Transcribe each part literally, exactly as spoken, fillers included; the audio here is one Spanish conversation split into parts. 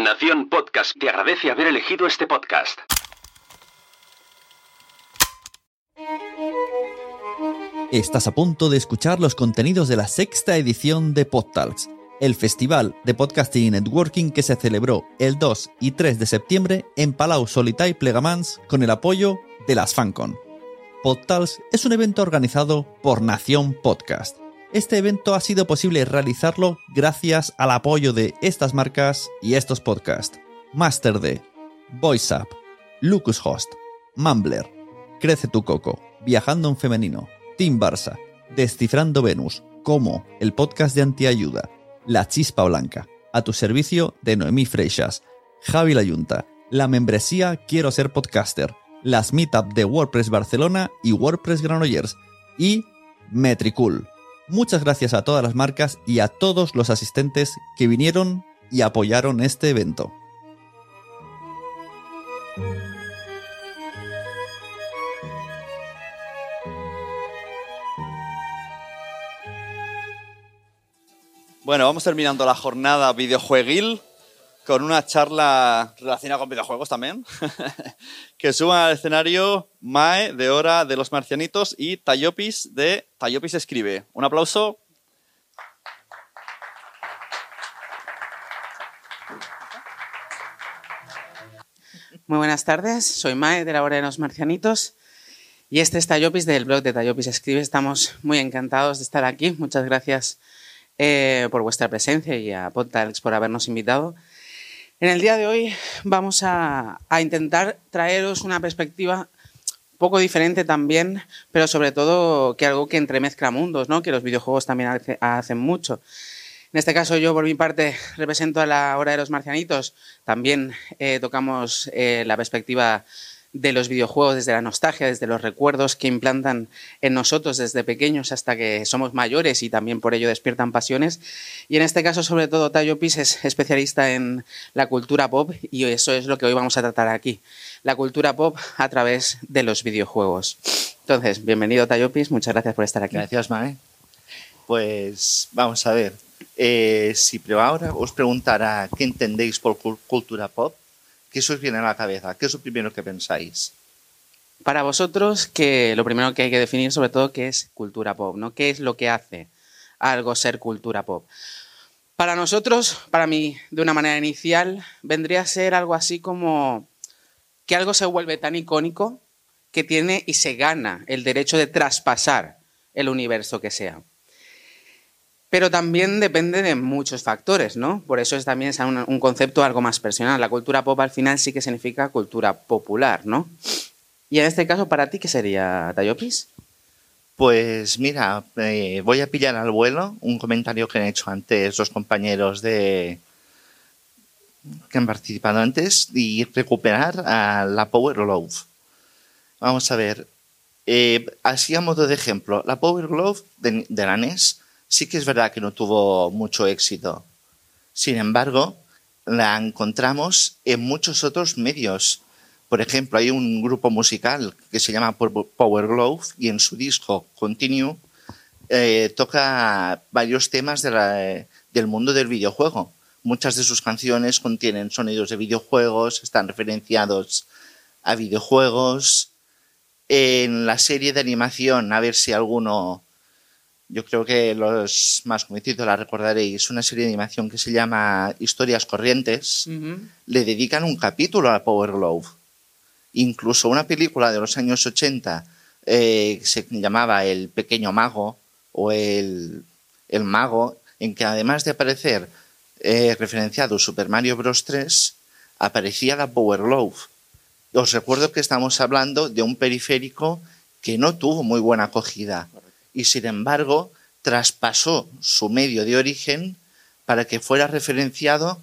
Nación Podcast te agradece haber elegido este podcast. Estás a punto de escuchar los contenidos de la sexta edición de PodTalks, el festival de podcasting y networking que se celebró el dos y tres de septiembre en Palau Solità i Plegamans con el apoyo de las FanCon. PodTalks es un evento organizado por Nación Podcast. Este evento ha sido posible realizarlo gracias al apoyo de estas marcas y estos podcasts: MasterD, VoiceUp, LucasHost, Mumbler, Crece tu Coco, Viajando en Femenino, Team Barça, Descifrando Venus, Como, el podcast de Antiayuda, La Chispa Blanca, A tu servicio de Noemí Freixas, Javi La Yunta, la membresía Quiero Ser Podcaster, las Meetup de WordPress Barcelona y WordPress Granollers y Metricool. Muchas gracias a todas las marcas y a todos los asistentes que vinieron y apoyaron este evento. Bueno, vamos terminando la jornada videojueguil con una charla relacionada con videojuegos también. Que suban al escenario Mae, de Hora de los Marcianitos, y Tayopis, de Tayopis Escribe. Un aplauso. Muy buenas tardes, soy Mae, de la Hora de los Marcianitos, y este es Tayopis, del blog de Tayopis Escribe. Estamos muy encantados de estar aquí. Muchas gracias eh, por vuestra presencia y a PodTalks por habernos invitado. En el día de hoy vamos a, a intentar traeros una perspectiva un poco diferente también, pero sobre todo que algo que entremezcla mundos, ¿no? Que los videojuegos también hace, hacen mucho. En este caso yo, por mi parte, represento a la Hora de los Marcianitos. También eh, tocamos eh, la perspectiva de los videojuegos desde la nostalgia, desde los recuerdos que implantan en nosotros desde pequeños hasta que somos mayores y también por ello despiertan pasiones. Y en este caso, sobre todo, Tayopis es especialista en la cultura pop y eso es lo que hoy vamos a tratar aquí. La cultura pop a través de los videojuegos. Entonces, bienvenido, Tayopis. Muchas gracias por estar aquí. Gracias, Mae. Pues vamos a ver. Eh, si ahora os preguntara qué entendéis por cultura pop, ¿qué os viene a la cabeza? ¿Qué es lo primero que pensáis? Para vosotros, que lo primero que hay que definir sobre todo qué es cultura pop, ¿no? ¿Qué es lo que hace algo ser cultura pop? Para nosotros, para mí, de una manera inicial, vendría a ser algo así como que algo se vuelve tan icónico que tiene y se gana el derecho de traspasar el universo que sea. Pero también depende de muchos factores, ¿no? Por eso es también es un, un concepto algo más personal. La cultura pop al final sí que significa cultura popular, ¿no? Y en este caso, ¿para ti qué sería, Tayopis? Pues mira, eh, voy a pillar al vuelo un comentario que han hecho antes los compañeros de que han participado antes y recuperar a la Power Glove. Vamos a ver, eh, así a modo de ejemplo, la Power Glove de, de la N E S sí que es verdad que no tuvo mucho éxito. Sin embargo, la encontramos en muchos otros medios. Por ejemplo, hay un grupo musical que se llama Power Glove y en su disco Continue eh, toca varios temas de la, del mundo del videojuego. Muchas de sus canciones contienen sonidos de videojuegos, están referenciados a videojuegos. En la serie de animación, a ver si alguno... Yo creo que los más conocidos la recordaréis. Una serie de animación que se llama Historias Corrientes. Uh-huh. Le dedican un capítulo a Power Glove. Incluso una película de los años ochenta eh, se llamaba El Pequeño Mago o El, el Mago, en que además de aparecer eh, referenciado Super Mario Bros. tres, aparecía la Power Glove. Os recuerdo que estamos hablando de un periférico que no tuvo muy buena acogida. Y sin embargo traspasó su medio de origen para que fuera referenciado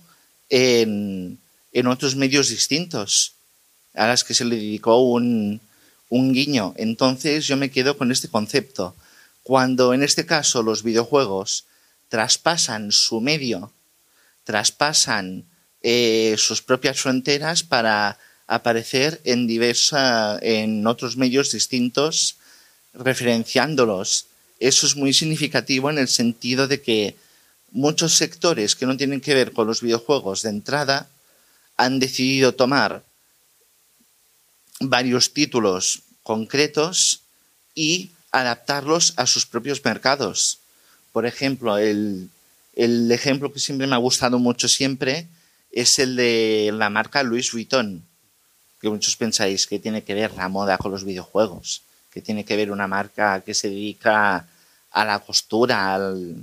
en, en otros medios distintos a las que se le dedicó un, un guiño. Entonces yo me quedo con este concepto. Cuando en este caso los videojuegos traspasan su medio, traspasan eh, sus propias fronteras para aparecer en, diversa, en otros medios distintos, referenciándolos. Eso es muy significativo en el sentido de que muchos sectores que no tienen que ver con los videojuegos de entrada han decidido tomar varios títulos concretos y adaptarlos a sus propios mercados. Por ejemplo, el, el ejemplo que siempre me ha gustado mucho siempre es el de la marca Louis Vuitton, que muchos pensáis que tiene que ver la moda con los videojuegos, que tiene que ver una marca que se dedica a la costura, al...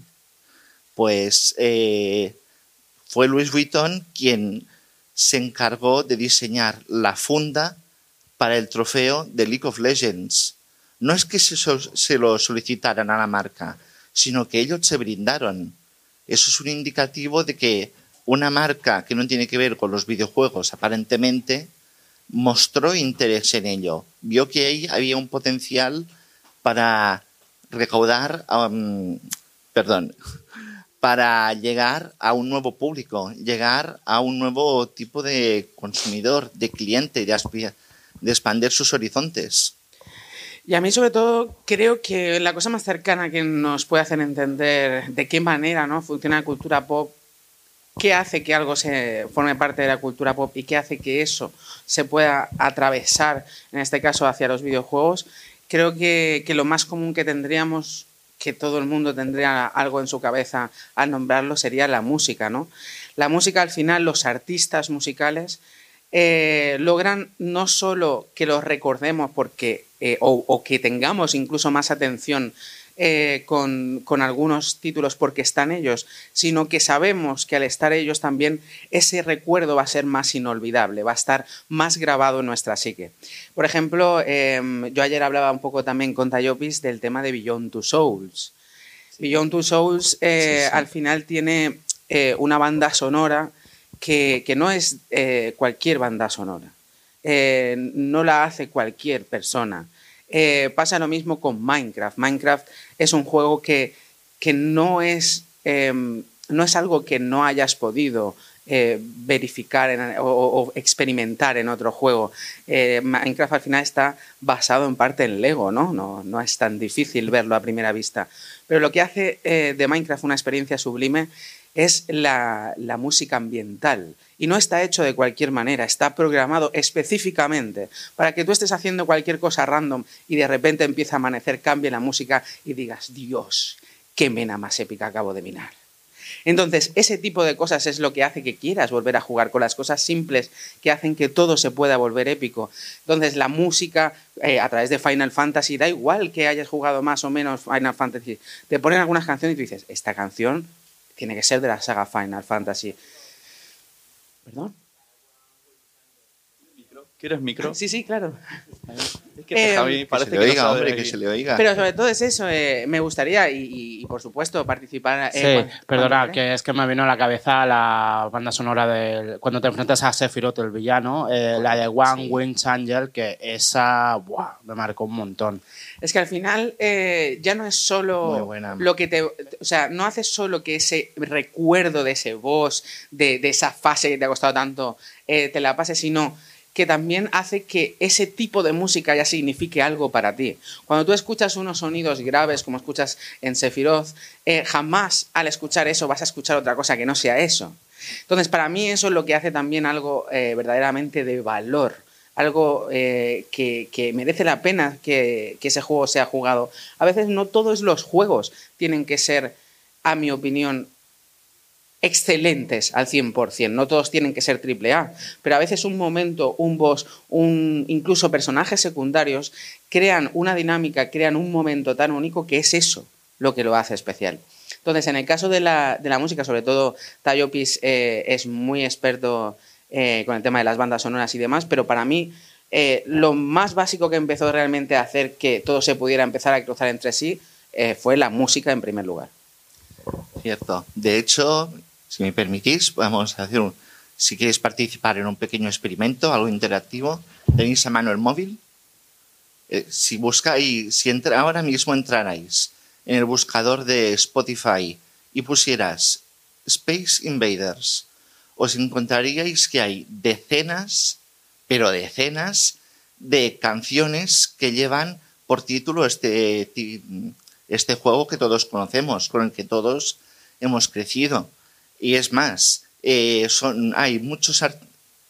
pues eh, fue Louis Vuitton quien se encargó de diseñar la funda para el trofeo de League of Legends. No es que se, se lo solicitaran a la marca, sino que ellos se brindaron. Eso es un indicativo de que una marca que no tiene que ver con los videojuegos, aparentemente, mostró interés en ello. Vio que ahí había un potencial para recaudar, um, perdón, para llegar a un nuevo público, llegar a un nuevo tipo de consumidor, de cliente, de, aspira- de expandir sus horizontes. Y a mí, sobre todo, creo que la cosa más cercana que nos puede hacer entender de qué manera, ¿no?, funciona la cultura pop, qué hace que algo se forme parte de la cultura pop y qué hace que eso se pueda atravesar, en este caso, hacia los videojuegos, creo que, que lo más común que tendríamos, que todo el mundo tendría algo en su cabeza al nombrarlo, sería la música, ¿no? La música, al final, los artistas musicales eh, logran no solo que los recordemos porque, eh, o, o que tengamos incluso más atención eh, con, con algunos títulos porque están ellos, sino que sabemos que al estar ellos también ese recuerdo va a ser más inolvidable, va a estar más grabado en nuestra psique. Por ejemplo, eh, yo ayer hablaba un poco también con Tayopis del tema de Beyond Two Souls. Sí. Beyond Two Souls eh, sí, sí. al final tiene eh, una banda sonora que, que no es eh, cualquier banda sonora, eh, no la hace cualquier persona. Eh, pasa lo mismo con Minecraft. Minecraft es un juego que, que no, es, eh, no es algo que no hayas podido eh, verificar en, o, o experimentar en otro juego. Eh, Minecraft al final está basado en parte en Lego, ¿no? No, no es tan difícil verlo a primera vista. Pero lo que hace eh, de Minecraft una experiencia sublime es la, la música ambiental. Y no está hecho de cualquier manera, está programado específicamente para que tú estés haciendo cualquier cosa random y de repente empieza a amanecer, cambie la música y digas, Dios, qué mena más épica acabo de minar. Entonces, ese tipo de cosas es lo que hace que quieras volver a jugar con las cosas simples que hacen que todo se pueda volver épico. Entonces, la música, eh, a través de Final Fantasy, da igual que hayas jugado más o menos Final Fantasy, te ponen algunas canciones y tú dices, esta canción tiene que ser de la saga Final Fantasy. ¿Perdón? ¿Quieres micro? Sí, sí, claro. Es que eh, Javi parece que se le oiga, hombre, que se le oiga. Pero sobre todo es eso, eh, me gustaría y, y, y por supuesto participar. Eh, sí, cuando, perdona, cuando que es que me vino a la cabeza la banda sonora de cuando te enfrentas a Sephiroth, el villano, eh, la de One sí. Wings Angel, que esa buah, me marcó un montón. Es que al final eh, ya no es solo lo que te... O sea, no haces solo que ese recuerdo de ese boss, de, de esa fase que te ha costado tanto, eh, te la pases, sino que también hace que ese tipo de música ya signifique algo para ti. Cuando tú escuchas unos sonidos graves, como escuchas en Sephiroth, eh, jamás al escuchar eso vas a escuchar otra cosa que no sea eso. Entonces, para mí eso es lo que hace también algo eh, verdaderamente de valor, algo eh, que, que merece la pena que, que ese juego sea jugado. A veces no todos los juegos tienen que ser, a mi opinión, excelentes al cien por ciento, no todos tienen que ser triple A, pero a veces un momento, un boss, un, incluso personajes secundarios crean una dinámica, crean un momento tan único que es eso lo que lo hace especial. Entonces, en el caso de la, de la música, sobre todo Tayopis eh, es muy experto eh, con el tema de las bandas sonoras y demás, pero para mí eh, lo más básico que empezó realmente a hacer que todo se pudiera empezar a cruzar entre sí eh, fue la música en primer lugar. Cierto. De hecho, si me permitís, vamos a hacer un... Si queréis participar en un pequeño experimento, algo interactivo, tenéis a mano el móvil. Eh, si buscáis, si entra, ahora mismo entrarais en el buscador de Spotify y pusieras Space Invaders, os encontraríais que hay decenas, pero decenas, de canciones que llevan por título este, este juego que todos conocemos, con el que todos hemos crecido. Y es más, eh, son, hay muchos art-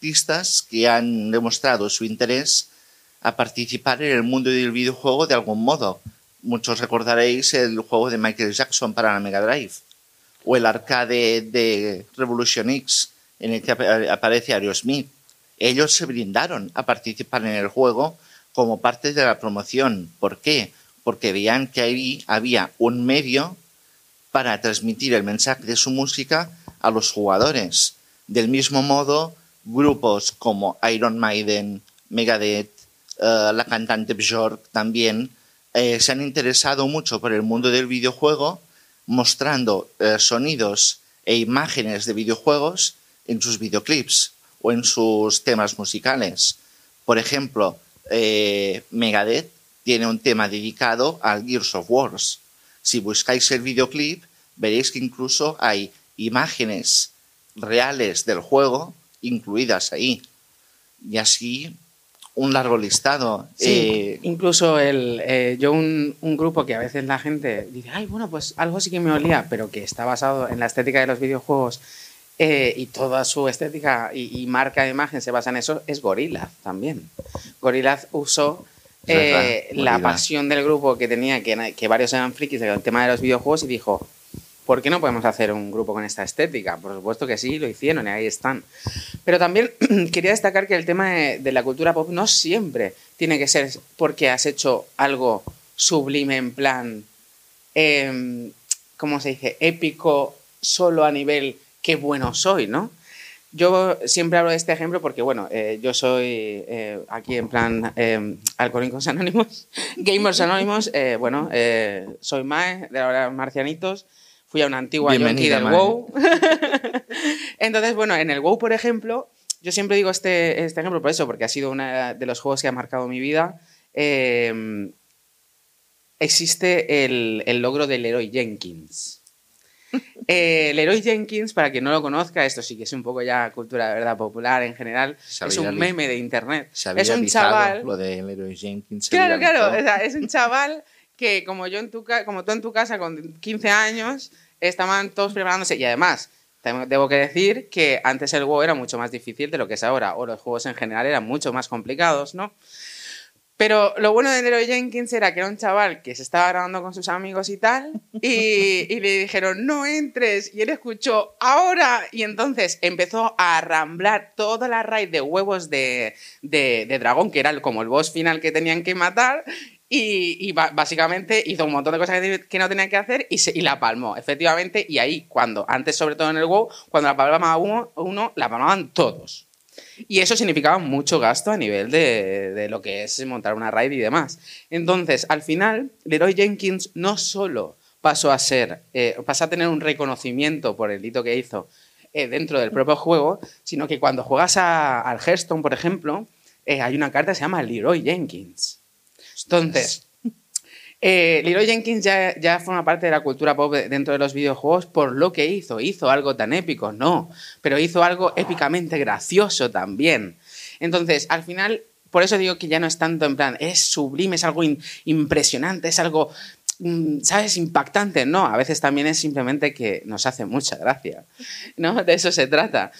artistas que han demostrado su interés a participar en el mundo del videojuego de algún modo. Muchos recordaréis el juego de Michael Jackson para la Mega Drive o el arcade de Revolution X en el que aparece Aerosmith. Ellos se brindaron a participar en el juego como parte de la promoción. ¿Por qué? Porque veían que ahí había un medio para transmitir el mensaje de su música a los jugadores. Del mismo modo, grupos como Iron Maiden, Megadeth, uh, la cantante Björk también eh, se han interesado mucho por el mundo del videojuego, mostrando eh, sonidos e imágenes de videojuegos en sus videoclips o en sus temas musicales. Por ejemplo, eh, Megadeth tiene un tema dedicado al Gears of War. Si buscáis el videoclip, veréis que incluso hay imágenes reales del juego incluidas ahí. Y así un largo listado. Sí, eh, incluso el, eh, yo un, un grupo que a veces la gente dice, ay, bueno, pues algo sí que me olía, pero que está basado en la estética de los videojuegos eh, y toda su estética y, y marca de imagen se basa en eso, es Gorillaz también. Gorillaz usó eh, la pasión del grupo que tenía, que, que varios eran frikis del tema de los videojuegos y dijo, ¿por qué no podemos hacer un grupo con esta estética? Por supuesto que sí, lo hicieron y ahí están. Pero también quería destacar que el tema de, de la cultura pop no siempre tiene que ser porque has hecho algo sublime en plan, eh, ¿cómo se dice? Épico solo a nivel qué bueno soy, ¿no? Yo siempre hablo de este ejemplo porque, bueno, eh, yo soy eh, aquí en plan eh, Alcohólicos Anónimos, Gamers Anónimos, eh, bueno, eh, soy Mae, de ahora Marcianitos. Fui a una antigua yonki del WoW. Entonces, bueno, en el WoW, por ejemplo, yo siempre digo este, este ejemplo por eso, porque ha sido uno de los juegos que ha marcado mi vida. Eh, existe el, el logro del Leroy Jenkins. Eh, Leroy Jenkins, para quien no lo conozca, esto sí que es un poco ya cultura de verdad popular en general, es un meme de internet. Es un chaval... Lo de Leroy Jenkins. Claro, claro, o sea, es un chaval... que como yo en tu como tú en tu casa con quince años estaban todos preparándose y además debo que decir que antes el WoW era mucho más difícil de lo que es ahora o los juegos en general eran mucho más complicados, ¿no? Pero lo bueno de Leroy Jenkins era que era un chaval que se estaba grabando con sus amigos y tal y, y le dijeron no entres y él escuchó ahora y entonces empezó a arramblar toda la raid de huevos de, de, de dragón que era como el boss final que tenían que matar. Y, y básicamente hizo un montón de cosas que, que no tenía que hacer y, se, y la palmó, efectivamente. Y ahí, cuando antes, sobre todo en el WoW, cuando la palmaba uno, uno, la palmaban todos. Y eso significaba mucho gasto a nivel de, de lo que es montar una raid y demás. Entonces, al final, Leroy Jenkins no solo pasó a ser, eh, pasó a tener un reconocimiento por el hito que hizo eh, dentro del propio juego, sino que cuando juegas a, al Hearthstone, por ejemplo, eh, hay una carta que se llama Leroy Jenkins. Entonces, eh, Leroy Jenkins ya, ya forma parte de la cultura pop dentro de los videojuegos por lo que hizo. ¿Hizo algo tan épico? No, pero hizo algo épicamente gracioso también. Entonces, al final, por eso digo que ya no es tanto en plan, es sublime, es algo in, impresionante, es algo, ¿sabes?, impactante. No, a veces también es simplemente que nos hace mucha gracia, ¿no? De eso se trata.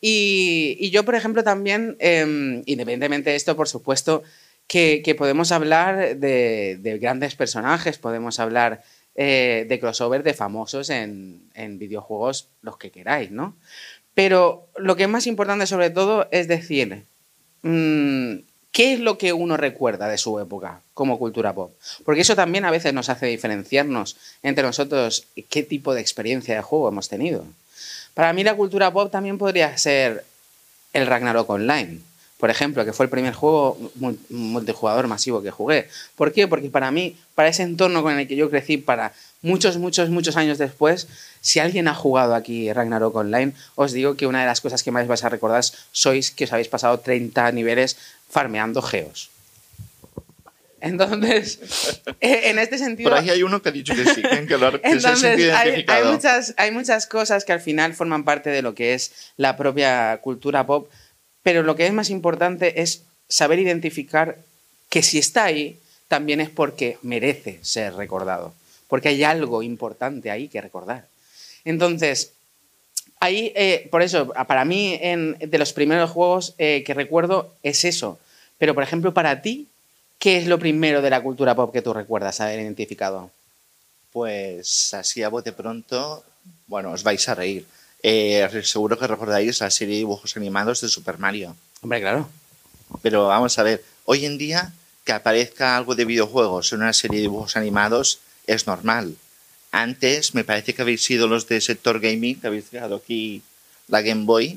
Y, y yo, por ejemplo, también, eh, independientemente de esto, por supuesto, Que, que podemos hablar de, de grandes personajes, podemos hablar eh, de crossover de famosos en, en videojuegos, los que queráis, ¿no? Pero lo que es más importante sobre todo es decir, mmm, ¿qué es lo que uno recuerda de su época como cultura pop? Porque eso también a veces nos hace diferenciarnos entre nosotros qué tipo de experiencia de juego hemos tenido. Para mí la cultura pop también podría ser el Ragnarok Online, por ejemplo, que fue el primer juego multijugador masivo que jugué. ¿Por qué? Porque para mí, para ese entorno con el que yo crecí, para muchos, muchos, muchos años después, si alguien ha jugado aquí Ragnarok Online, os digo que una de las cosas que más vais a recordar sois que os habéis pasado treinta niveles farmeando geos. Entonces, en este sentido... Por ahí hay uno que ha dicho que sí, que, lo, que entonces, se ha sentido identificado. Hay, hay, muchas, hay muchas cosas que al final forman parte de lo que es la propia cultura pop. Pero lo que es más importante es saber identificar que si está ahí, también es porque merece ser recordado. Porque hay algo importante ahí que recordar. Entonces, Ahí, eh, por eso, para mí, en, de los primeros juegos eh, que recuerdo es eso. Pero, por ejemplo, para ti, ¿qué es lo primero de la cultura pop que tú recuerdas haber identificado? Pues así a bote pronto, bueno, os vais a reír. Eh, seguro que recordáis la serie de dibujos animados de Super Mario. Hombre, claro. Pero vamos a ver, hoy en día que aparezca algo de videojuegos en una serie de dibujos animados es normal. Antes me parece que habéis sido los de Sector Gaming, que habéis dejado aquí la Game Boy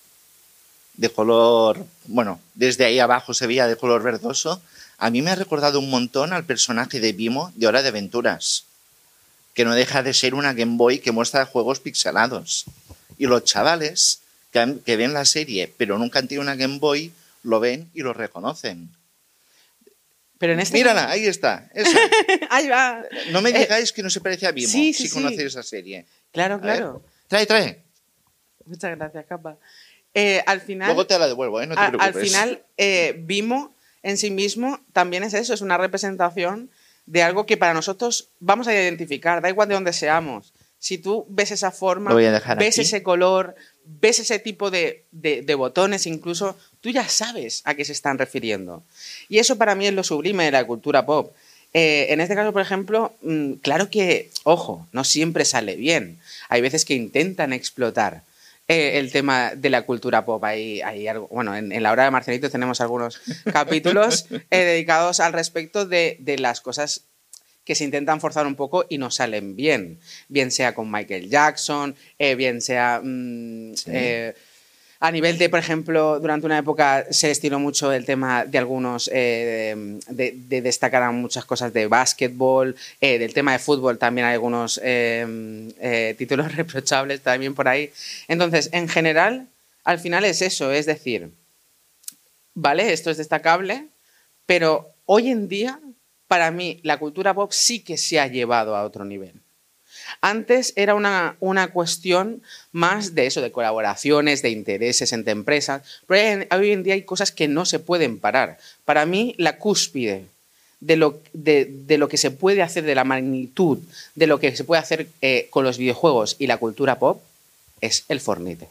de color, bueno, desde ahí abajo se veía de color verdoso. A mí me ha recordado un montón al personaje de Vimo de Hora de Aventuras, que no deja de ser una Game Boy que muestra juegos pixelados. Y los chavales que, han, que ven la serie pero nunca han tenido una Game Boy, lo ven y lo reconocen. Pero en este Mírala, caso... ahí está. Esa. Ahí va. No me Eh, digáis que no se parece a Vimo, sí, sí, si sí. conocéis esa serie. Claro, A ver, claro. trae, trae. Muchas gracias, Capa. Eh, al final... Luego te la devuelvo, ¿eh? No te a- preocupes. al final, eh, Vimo en sí mismo también es eso, es una representación de algo que para nosotros vamos a identificar, da igual de dónde seamos. Si tú ves esa forma, Lo voy a dejar ves aquí. ese color, ves ese tipo de, de- de botones incluso, tú ya sabes a qué se están refiriendo. Y eso para mí es lo sublime de la cultura pop. Eh, en este caso, por ejemplo, mm, claro que, ojo, no siempre sale bien. Hay veces que intentan explotar eh, el tema de la cultura pop. Hay, hay algo, bueno, en, en la hora de Marcianitos tenemos algunos capítulos eh, dedicados al respecto de, de las cosas que se intentan forzar un poco y no salen bien. Bien sea con Michael Jackson, eh, bien sea mm, Sí. eh, a nivel de, por ejemplo, durante una época se estiló mucho el tema de algunos, eh, de, de destacar a muchas cosas de básquetbol, eh, del tema de fútbol también hay algunos eh, eh, títulos reprochables también por ahí. Entonces, en general, al final es eso, es decir, vale, esto es destacable, pero hoy en día, para mí, la cultura pop sí que se ha llevado a otro nivel. Antes era una, una cuestión más de eso, de colaboraciones, de intereses entre empresas, pero hoy en día hay cosas que no se pueden parar. Para mí, la cúspide de lo, de, de lo que se puede hacer, de la magnitud de lo que se puede hacer eh, con los videojuegos y la cultura pop, es el Fortnite.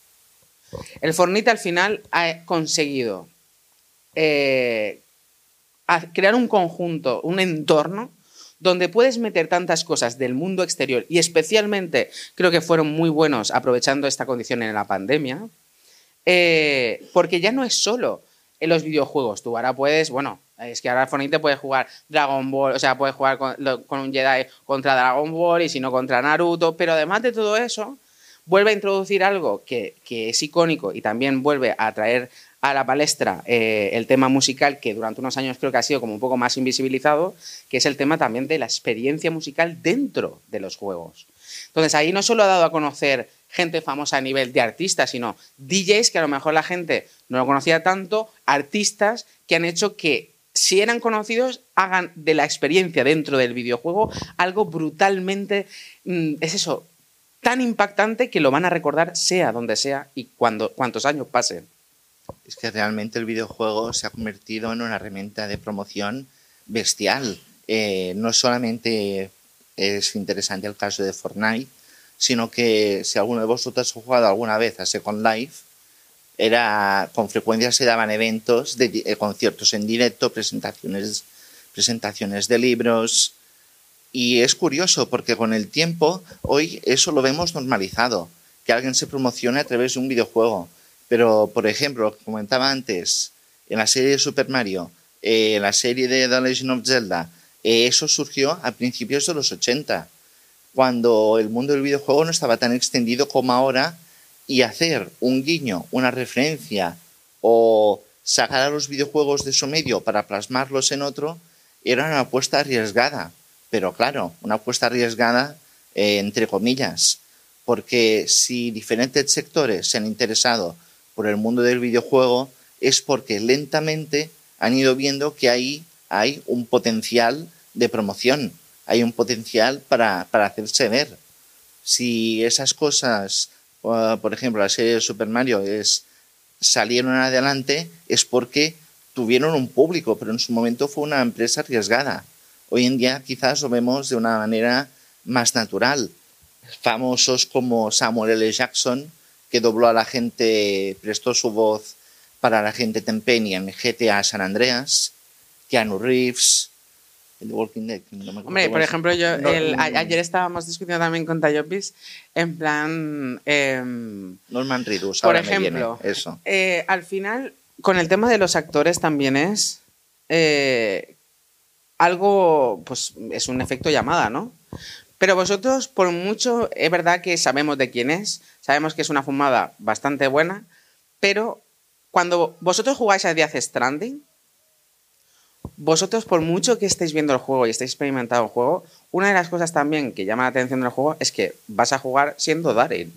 El Fortnite al final ha conseguido eh, crear un conjunto, un entorno donde puedes meter tantas cosas del mundo exterior y especialmente creo que fueron muy buenos aprovechando esta condición en la pandemia, eh, porque ya no es solo en los videojuegos. Tú ahora puedes, bueno, es que ahora Fortnite puedes jugar Dragon Ball, o sea, puedes jugar con, lo, con un Jedi contra Dragon Ball y si no contra Naruto, pero además de todo eso, vuelve a introducir algo que, que es icónico y también vuelve a traer a la palestra eh, el tema musical que durante unos años creo que ha sido como un poco más invisibilizado, que es el tema también de la experiencia musical dentro de los juegos. Entonces ahí no solo ha dado a conocer gente famosa a nivel de artistas, sino D Js que a lo mejor la gente no lo conocía tanto, artistas que han hecho que si eran conocidos hagan de la experiencia dentro del videojuego algo brutalmente, mm, es eso, tan impactante que lo van a recordar sea donde sea y cuando, cuantos años pasen. Es que realmente el videojuego se ha convertido en una herramienta de promoción bestial. Eh, no solamente es interesante el caso de Fortnite, sino que si alguno de vosotros ha jugado alguna vez a Second Life, era, con frecuencia se daban eventos de eh, conciertos en directo, presentaciones, presentaciones de libros. Y es curioso porque con el tiempo hoy eso lo vemos normalizado, que alguien se promocione a través de un videojuego. Pero, por ejemplo, lo que comentaba antes, en la serie de Super Mario, eh, en la serie de The Legend of Zelda, eh, eso surgió a principios de los ochenta, cuando el mundo del videojuego no estaba tan extendido como ahora, y hacer un guiño, una referencia o sacar a los videojuegos de su medio para plasmarlos en otro, era una apuesta arriesgada. Pero claro, una apuesta arriesgada eh, entre comillas, porque si diferentes sectores se han interesado por el mundo del videojuego es porque lentamente han ido viendo que ahí hay un potencial de promoción, hay un potencial para, para hacerse ver. Si esas cosas, uh, por ejemplo, la serie de Super Mario es, salieron adelante, es porque tuvieron un público, pero en su momento fue una empresa arriesgada. Hoy en día quizás lo vemos de una manera más natural. famosos como Samuel L. Jackson, que dobló a la gente, prestó su voz para la gente Tenpenny en G T A San Andreas, Keanu Reeves, el The Walking Dead. No me Hombre, por ejemplo, yo no, el, um, ayer estábamos discutiendo también con Tayopis, en plan... Eh, Norman Reedus, por ahora ejemplo, me viene eso. Eh, al final, con el tema de los actores también es eh, algo, pues es un efecto llamada, ¿no? Pero vosotros, por mucho, es verdad que sabemos de quién es, sabemos que es una fumada bastante buena, pero cuando vosotros jugáis a Death Stranding, vosotros, por mucho que estéis viendo el juego y estéis experimentando el juego, una de las cosas también que llama la atención del juego es que vas a jugar siendo Daryl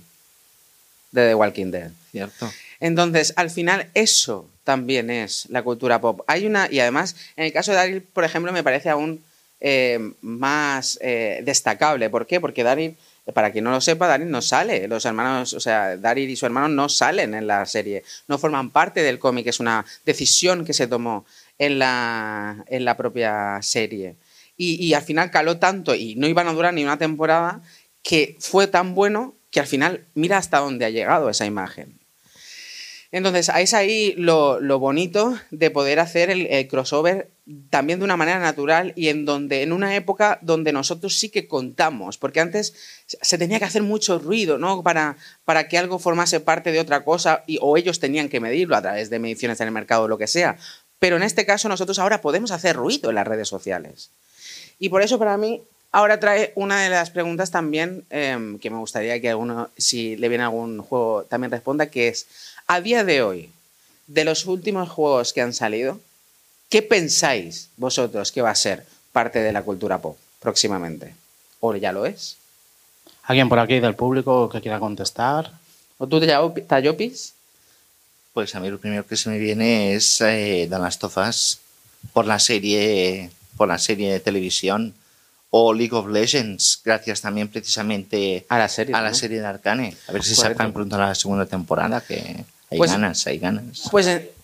de The Walking Dead. Cierto. Entonces, al final, eso también es la cultura pop. Hay una, y además, en el caso de Daryl, por ejemplo, me parece aún eh, más eh, destacable. ¿Por qué? Porque Daryl, para quien no lo sepa, Daryl no sale. Los hermanos, o sea, Daryl y su hermano no salen en la serie, no forman parte del cómic, es una decisión que se tomó en la, en la propia serie. Y, y al final caló tanto y no iban a durar ni una temporada que fue tan bueno que al final mira hasta dónde ha llegado esa imagen. Entonces, es ahí lo, lo bonito de poder hacer el, el crossover también de una manera natural y en donde en una época donde nosotros sí que contamos, porque antes se tenía que hacer mucho ruido, ¿no? Para, para que algo formase parte de otra cosa y, o ellos tenían que medirlo a través de mediciones en el mercado o lo que sea. Pero en este caso nosotros ahora podemos hacer ruido en las redes sociales. Y por eso para mí ahora trae una de las preguntas también eh, que me gustaría que alguno, si le viene algún juego, también responda, que es, a día de hoy, de los últimos juegos que han salido, ¿qué pensáis vosotros que va a ser parte de la cultura pop próximamente? ¿O ya lo es? ¿Alguien por aquí del público que quiera contestar? ¿O tú, Tayopis? Pues a mí lo primero que se me viene es eh, The Last of Us, por la serie, por la serie de televisión, o League of Legends, gracias también precisamente a la serie, a la ¿no? serie de Arcane. A ver si Correcto. sacan pronto la segunda temporada, que hay Pues, ganas, hay ganas. Pues eh,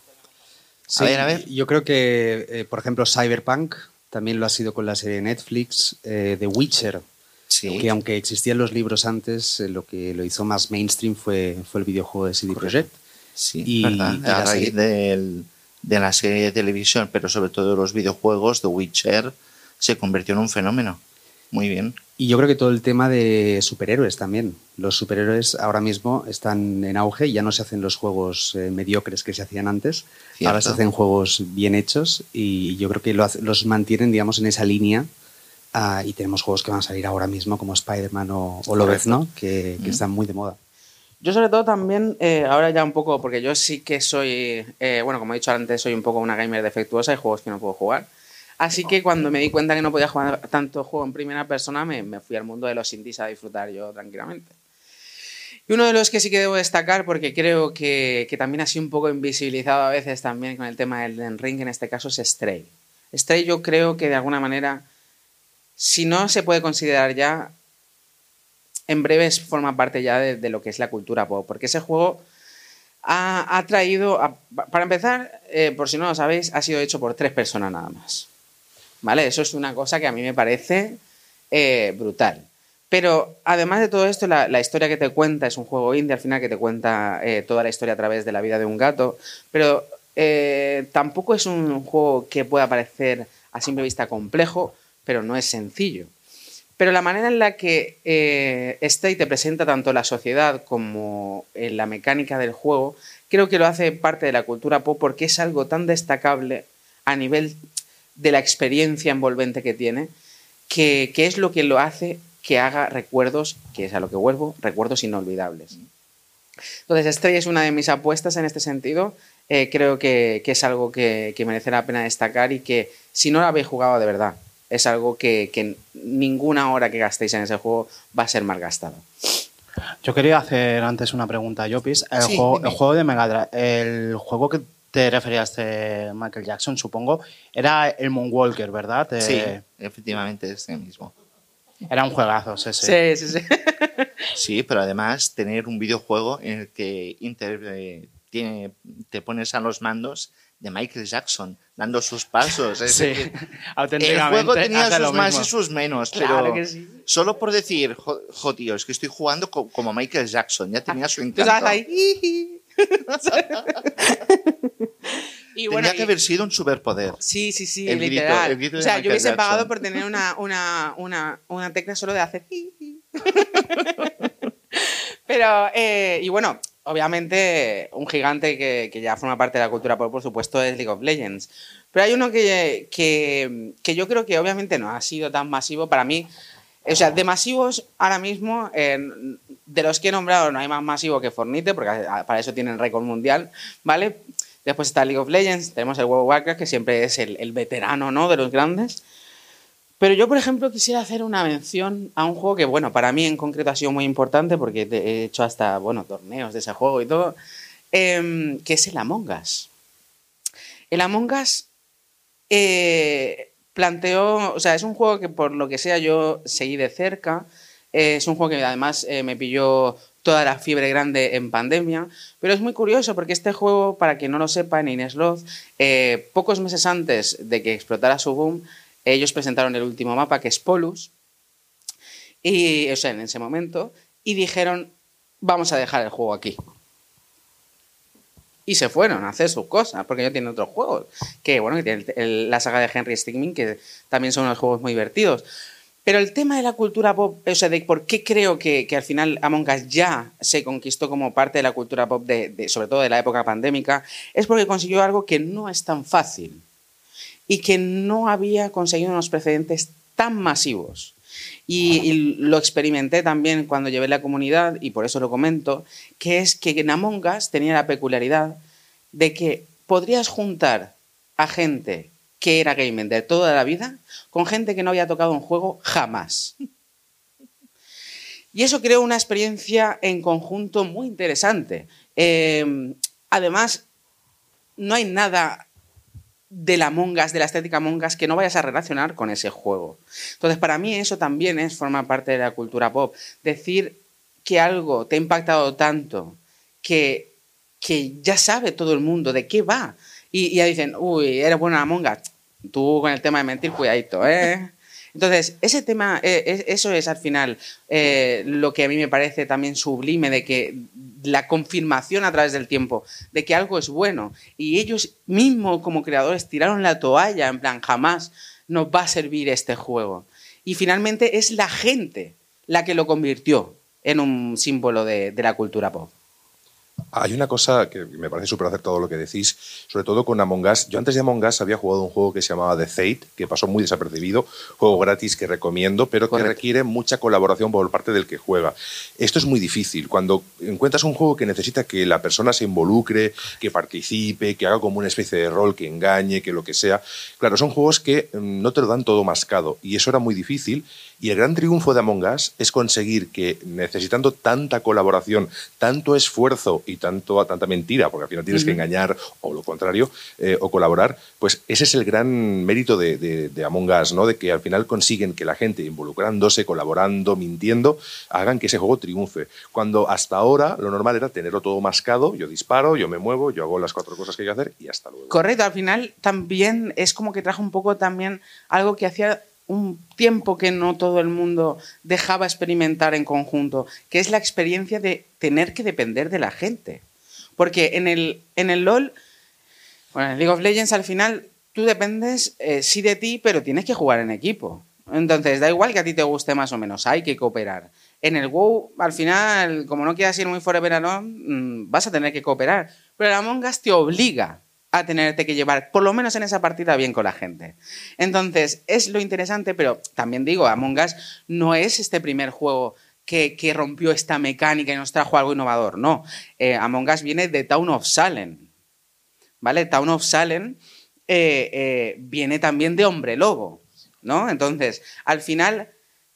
Sí, a ver, a ver. Yo creo que, eh, por ejemplo, Cyberpunk también lo ha sido con la serie de Netflix, eh, The Witcher, Sí, que aunque existían los libros antes, eh, lo que lo hizo más mainstream fue, fue el videojuego de C D Projekt. sí, y- verdad. y A la raíz serie- del- de la serie de televisión, pero sobre todo de los videojuegos, The Witcher se convirtió en un fenómeno. Muy bien. Y yo creo que todo el tema de superhéroes también. Los superhéroes ahora mismo están en auge, ya no se hacen los juegos eh, mediocres que se hacían antes, Cierto. ahora se hacen juegos bien hechos y yo creo que lo hace- los mantienen, digamos, en esa línea. Ah, y tenemos juegos que van a salir ahora mismo como Spider-Man o, o Lobezno, que, que Mm. están muy de moda. yo sobre todo también, eh, ahora ya un poco, porque yo sí que soy, eh, bueno, como he dicho antes, soy un poco una gamer defectuosa, hay juegos que no puedo jugar. Así que cuando me di cuenta que no podía jugar tanto juego en primera persona, me, me fui al mundo de los indies a disfrutar yo tranquilamente. Y uno de los que sí que debo destacar, porque creo que, que también ha sido un poco invisibilizado a veces también con el tema del Elden Ring, en este caso es Stray. Stray yo creo que de alguna manera, si no se puede considerar ya, en breve forma parte ya de, de lo que es la cultura pop, porque ese juego ha, ha traído, a- para empezar, eh, por si no lo sabéis, ha sido hecho por tres personas nada más. ¿Vale? Eso es una cosa que a mí me parece eh, brutal. Pero además de todo esto, la, la historia que te cuenta es un juego indie, al final que te cuenta eh, toda la historia a través de la vida de un gato, pero eh, tampoco es un juego que pueda parecer a simple vista complejo, pero no es sencillo. Pero la manera en la que eh, Stray te presenta tanto la sociedad como eh, la mecánica del juego, creo que lo hace parte de la cultura pop porque es algo tan destacable a nivel de la experiencia envolvente que tiene, que, que es lo que lo hace que haga recuerdos, que es a lo que vuelvo, recuerdos inolvidables. Entonces, Stray es una de mis apuestas en este sentido. Eh, creo que, que es algo que, que merece la pena destacar y que, si no lo habéis jugado de verdad, es algo que, que ninguna hora que gastéis en ese juego va a ser mal gastada. Yo quería hacer antes una pregunta a Llopis. El, Sí, juego, dime. el juego de Mega Drive, el juego que te referías de Michael Jackson, supongo, era el Moonwalker, ¿verdad? Eh, Sí, efectivamente es el mismo. Era un juegazo, sí, sí. Sí, sí, sí. Sí, pero además tener un videojuego en el que inter- eh, tiene, te pones a los mandos de Michael Jackson, dando sus pasos. Es Sí, decir, el auténticamente. juego tenía hace lo sus más mismo. y sus menos, Claro pero que sí. solo por decir, jo, jo, tío, es que estoy jugando co como Michael Jackson, ya tenía su Tú encanto. estabas ahí. y Tenía bueno, que y- haber sido un superpoder. Sí, sí, sí, El grito- literal. el grito de o sea, yo Michael hubiese Jackson. pagado por tener una, una, una, una tecla solo de hacer. Pero, eh, y bueno, obviamente, un gigante que, que ya forma parte de la cultura pop, por supuesto, es League of Legends. Pero hay uno que, que, que yo creo que obviamente no ha sido tan masivo para mí. O sea, de masivos ahora mismo, eh, de los que he nombrado, no hay más masivo que Fortnite, porque para eso tienen récord mundial, ¿vale? Después está League of Legends, tenemos el World of Warcraft, que siempre es el, el veterano, ¿no?, de los grandes. Pero yo, por ejemplo, quisiera hacer una mención a un juego que, bueno, para mí en concreto ha sido muy importante, porque he hecho hasta, bueno, torneos de ese juego y todo, eh, que es el Among Us. El Among Us eh, planteó, o sea, es un juego que por lo que sea yo seguí de cerca, eh, es un juego que además eh, me pilló toda la fiebre grande en pandemia, pero es muy curioso porque este juego, para quien no lo sepa, en Inesloth, eh, pocos meses antes de que explotara su boom, ellos presentaron el último mapa, que es Polus, y, o sea, en ese momento, y dijeron, vamos a dejar el juego aquí. Y se fueron a hacer sus cosas, porque ya tienen otros juegos, que bueno, que tienen el- el- la saga de Henry Stickmin, que también son unos juegos muy divertidos. Pero el tema de la cultura pop, o sea, de por qué creo que, que al final Among Us ya se conquistó como parte de la cultura pop, de, de, sobre todo de la época pandémica, es porque consiguió algo que no es tan fácil y que no había conseguido unos precedentes tan masivos. Y, y lo experimenté también cuando llevé la comunidad, y por eso lo comento, que es que en Among Us tenía la peculiaridad de que podrías juntar a gente que era gamer de toda la vida con gente que no había tocado un juego jamás. Y eso creó una experiencia en conjunto muy interesante. Eh, además, no hay nada de la Among Us, de la estética Among Us, que no vayas a relacionar con ese juego. Entonces, para mí eso también es formar parte de la cultura pop. Decir que algo te ha impactado tanto que, que ya sabe todo el mundo de qué va. Y, y ya dicen, uy, eres buena Among Us. Tú con el tema de mentir, cuidadito, ¿eh? Entonces, ese tema, eh, eso es al final eh, lo que a mí me parece también sublime, de que la confirmación a través del tiempo de que algo es bueno, y ellos mismos como creadores tiraron la toalla, en plan, jamás nos va a servir este juego. Y finalmente es la gente la que lo convirtió en un símbolo de, de la cultura pop. Hay una cosa que me parece súper acertado lo que decís, sobre todo con Among Us. Yo antes de Among Us había jugado un juego que se llamaba The Fate, que pasó muy desapercibido, juego gratis que recomiendo, pero Correcto. que requiere mucha colaboración por parte del que juega. Esto es muy difícil. Cuando encuentras un juego que necesita que la persona se involucre, que participe, que haga como una especie de rol, que engañe, que lo que sea. Claro, son juegos que mm, no te lo dan todo mascado, y eso era muy difícil. Y el gran triunfo de Among Us es conseguir que, necesitando tanta colaboración, tanto esfuerzo y tanto, tanta mentira, porque al final tienes uh-huh. que engañar o lo contrario, eh, o colaborar, pues ese es el gran mérito de, de, de Among Us, ¿no? De que al final consiguen que la gente, involucrándose, colaborando, mintiendo, hagan que ese juego triunfe. Cuando hasta ahora lo normal era tenerlo todo mascado, yo disparo, yo me muevo, yo hago las cuatro cosas que hay que hacer y hasta luego. Correcto, al final también es como que trajo un poco también algo que hacía un tiempo que no todo el mundo dejaba experimentar en conjunto, que es la experiencia de tener que depender de la gente. Porque en el, en el LoL, bueno, en League of Legends al final tú dependes eh, sí de ti, pero tienes que jugar en equipo. Entonces da igual que a ti te guste más o menos, hay que cooperar. En el WoW, al final, como no quieras ir muy forever alone, mmm, vas a tener que cooperar. Pero el Among Us te obliga a tenerte que llevar, por lo menos en esa partida, bien con la gente. Entonces, es lo interesante, pero también digo, Among Us no es este primer juego que, que rompió esta mecánica y nos trajo algo innovador, no. Eh, Among Us viene de Town of Salem, ¿vale? Town of Salem eh, eh, viene también de Hombre Lobo, ¿no? Entonces, al final,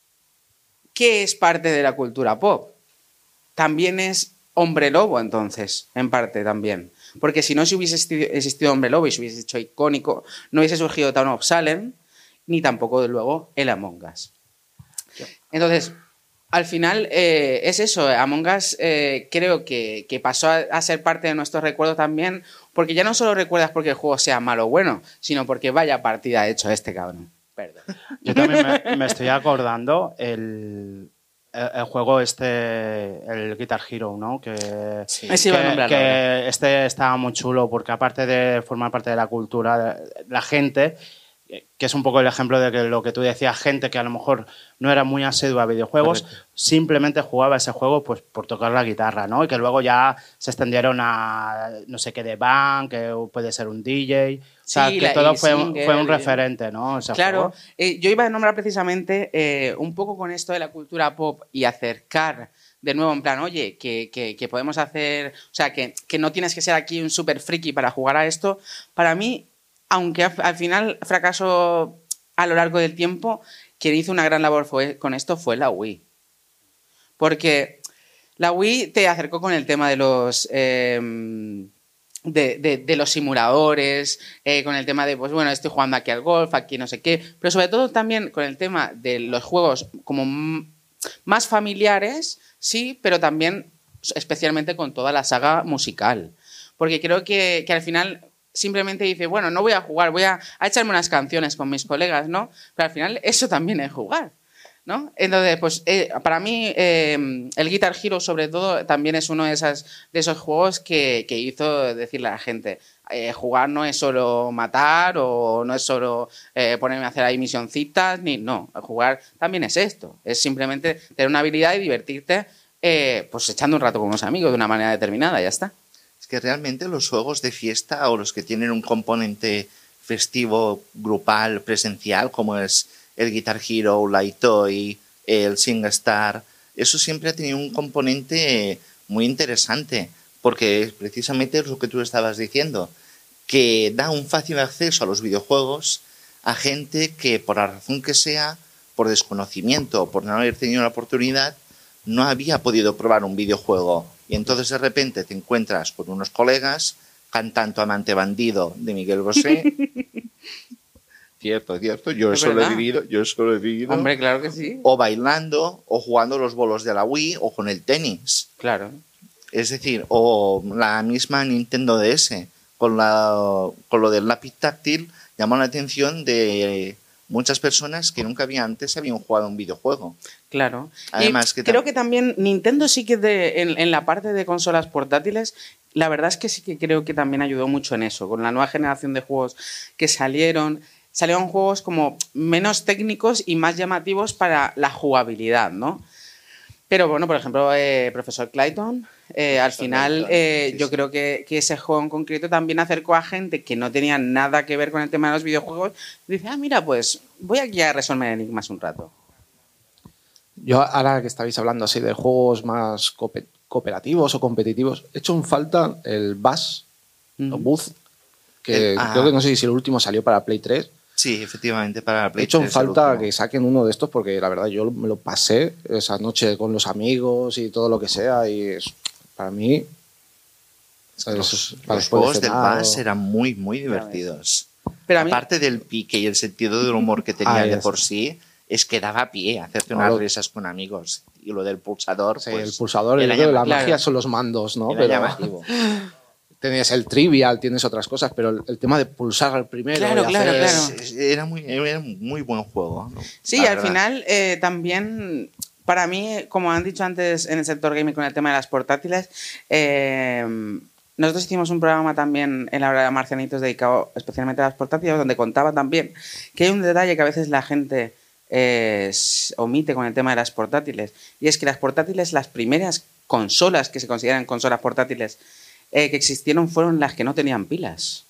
¿qué es parte de la cultura pop? También es Hombre Lobo, entonces, en parte también. Porque si no se hubiese existido Hombre Lobo y se hubiese hecho icónico, no hubiese surgido Town of Salem, ni tampoco, de luego, el Among Us. Entonces, al final eh, es eso, Among Us eh, creo que, que pasó a, a ser parte de nuestro recuerdo también, porque ya no solo recuerdas porque el juego sea malo o bueno, sino porque vaya partida ha hecho este cabrón. Perdón. Yo también me, me estoy acordando el, el, el juego este, el Guitar Hero, ¿no? Que, Sí. Ese iba a que, nombrarlo ahora. que este estaba muy chulo porque aparte de formar parte de la cultura, la gente, que es un poco el ejemplo de que lo que tú decías, gente que a lo mejor no era muy asidua a videojuegos, Correcto. simplemente jugaba ese juego pues por tocar la guitarra, ¿no? Y que luego ya se extendieron a no sé qué de band, que puede ser un D J. O sea, Sí, que la- todo y fue un, Singer, fue un y- referente, ¿no? Ese Claro, juego. eh, yo iba a nombrar precisamente eh, un poco con esto de la cultura pop y acercar de nuevo en plan, oye, que, que, que podemos hacer, o sea, que, que no tienes que ser aquí un super friki para jugar a esto. Para mí, aunque al, al final fracasó a lo largo del tiempo, quien hizo una gran labor fue, con esto fue la Wii. Porque la Wii te acercó con el tema de los... eh, De, de, de los simuladores, eh, con el tema de, pues bueno, estoy jugando aquí al golf, aquí no sé qué, pero sobre todo también con el tema de los juegos como m- más familiares, sí, pero también especialmente con toda la saga musical. Porque creo que, que al final simplemente dice, bueno, no voy a jugar, voy a, a echarme unas canciones con mis colegas, ¿no? Pero al final eso también es jugar, ¿no? Entonces, pues eh, para mí eh, el Guitar Hero sobre todo también es uno de, esas, de esos juegos que, que hizo decirle a la gente, eh, jugar no es solo matar o no es solo eh, ponerme a hacer ahí misioncitas, ni no, jugar también es esto, es simplemente tener una habilidad y divertirte eh, pues echando un rato con unos amigos de una manera determinada, ya está. Es que realmente los juegos de fiesta o los que tienen un componente festivo, grupal, presencial, como es el Guitar Hero, la Itoy, el SingStar, eso siempre ha tenido un componente muy interesante, porque precisamente es lo que tú estabas diciendo, que da un fácil acceso a los videojuegos a gente que por la razón que sea, por desconocimiento, por no haber tenido la oportunidad, no había podido probar un videojuego. Y entonces de repente te encuentras con unos colegas cantando Amante Bandido de Miguel Bosé. Cierto, cierto, yo Es eso lo he verdad. vivido, yo eso lo he vivido. Hombre, claro que sí. O bailando, o jugando los bolos de la Wii, o con el tenis. Claro. Es decir, o la misma Nintendo D S, con, la, con lo del lápiz táctil, llamó la atención de muchas personas que nunca habían antes habían jugado un videojuego. Claro. Además y que creo tam- que también Nintendo sí que de, en, en la parte de consolas portátiles, la verdad es que sí que creo que también ayudó mucho en eso. Con la nueva generación de juegos que salieron, salieron juegos como menos técnicos y más llamativos para la jugabilidad, ¿no? Pero bueno, por ejemplo, eh, Profesor Clayton, eh, al Profesor final Layton, eh, sí, yo sí. creo que, que ese juego en concreto también acercó a gente que no tenía nada que ver con el tema de los videojuegos. Y dice, ah, mira, pues voy aquí a resolver enigmas un rato. Yo, ahora que estabais hablando así de juegos más coope- cooperativos o competitivos, he hecho en falta el Bass, o Buzz, que El- ah. creo que no sé si el último salió para Play tres. Sí, efectivamente, para la He Play hecho en tres, el falta último. que saquen uno de estos porque la verdad yo me lo pasé esa noche con los amigos y todo lo que sea y es, para mí... ¿sabes? Los, Para los después de juegos del cenar Bass o- eran muy, muy divertidos. Pero a mí- Aparte del pique y el sentido del humor que tenía Ah, de ya por sé. sí, es que daba pie a hacerte No, unas lo- risas con amigos. Y lo del pulsador, Sí, pues, el pulsador, yo era creo que la llamativo. magia son los mandos, ¿no? Era Pero llamativo. tienes el trivial, tienes otras cosas, pero el, el tema de pulsar al primero Claro, y claro, hacer- claro. Es- Era muy, era un muy buen juego. ¿no? Sí, La al verdad. final eh, también, para mí, como han dicho antes en el sector gaming con el tema de las portátiles, eh, nosotros hicimos un programa también en la hora de Marcianitos dedicado especialmente a las portátiles, donde contaba también que hay un detalle que a veces la gente eh, s- omite con el tema de las portátiles, y es que las portátiles, las primeras consolas que se consideran consolas portátiles eh, que existieron fueron las que no tenían pilas.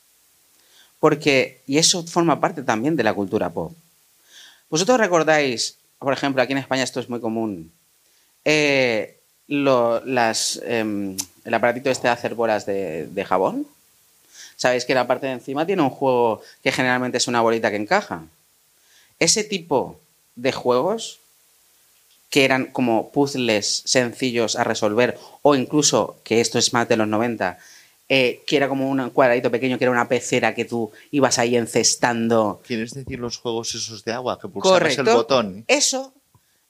Porque, y eso forma parte también de la cultura pop. ¿Vosotros recordáis, por ejemplo, aquí en España esto es muy común, eh, lo- las, em, el aparatito este de hacer bolas de, de jabón? ¿Sabéis que la parte de encima tiene un juego que generalmente es una bolita que encaja? Ese tipo de juegos, que eran como puzzles sencillos a resolver, o incluso, que esto es más de los noventa, eh, que era como un cuadradito pequeño, que era una pecera que tú ibas ahí encestando. ¿Quieres decir los juegos esos de agua que pulsabas Correcto. el botón? Eso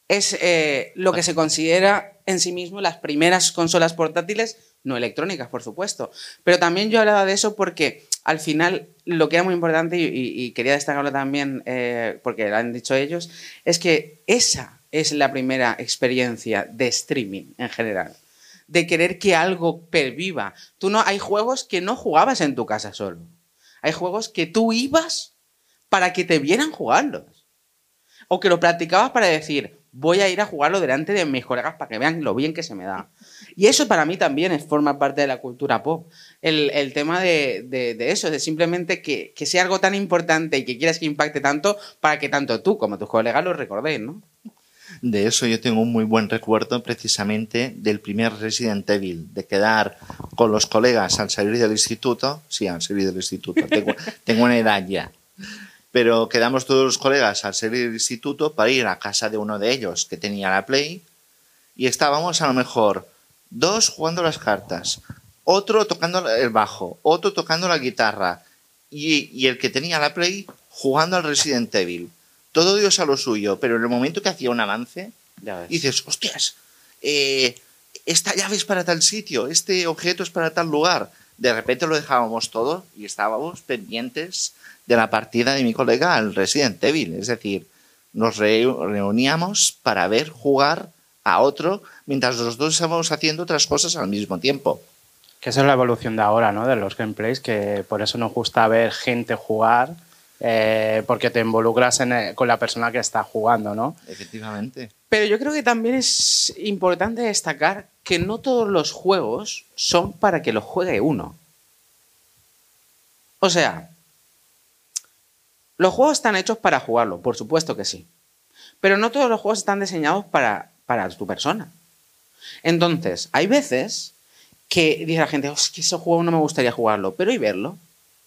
es eh, lo que se considera en sí mismo las primeras consolas portátiles, no electrónicas, por supuesto. Pero también yo hablaba de eso porque al final lo que era muy importante, y, y, y quería destacarlo también eh, porque lo han dicho ellos, es que esa es la primera experiencia de streaming en general, de querer que algo perviva. Tú no, hay juegos que no jugabas en tu casa solo. Hay juegos que tú ibas para que te vieran jugarlos. O que lo practicabas para decir, voy a ir a jugarlo delante de mis colegas para que vean lo bien que se me da. Y eso para mí también es, forma parte de la cultura pop. El, el tema de, de, de eso, de simplemente que, que sea algo tan importante y que quieras que impacte tanto para que tanto tú como tus colegas lo recordéis, ¿no? De eso yo tengo un muy buen recuerdo precisamente del primer Resident Evil, de quedar con los colegas al salir del instituto. Sí, al salir del instituto, tengo, tengo una edad ya. Pero quedamos todos los colegas al salir del instituto para ir a casa de uno de ellos que tenía la Play y estábamos a lo mejor dos jugando las cartas, otro tocando el bajo, otro tocando la guitarra y, y el que tenía la Play jugando al Resident Evil. Todo Dios a lo suyo, pero en el momento que hacía un avance, dices, hostias, eh, esta llave es para tal sitio, este objeto es para tal lugar. De repente lo dejábamos todo y estábamos pendientes de la partida de mi colega al Resident Evil. Es decir, nos re- reuníamos para ver jugar a otro mientras los dos estábamos haciendo otras cosas al mismo tiempo. Que esa es la evolución de ahora, ¿no? De los gameplays, que por eso nos gusta ver gente jugar. Eh, porque te involucras en el, con la persona que está jugando, ¿no? Efectivamente. Pero yo creo que también es importante destacar que no todos los juegos son para que los juegue uno. O sea, los juegos están hechos para jugarlo, por supuesto que sí. Pero no todos los juegos están diseñados para, para tu persona. Entonces, hay veces que dice la gente, oh, es que ese juego no me gustaría jugarlo, pero ¿y verlo?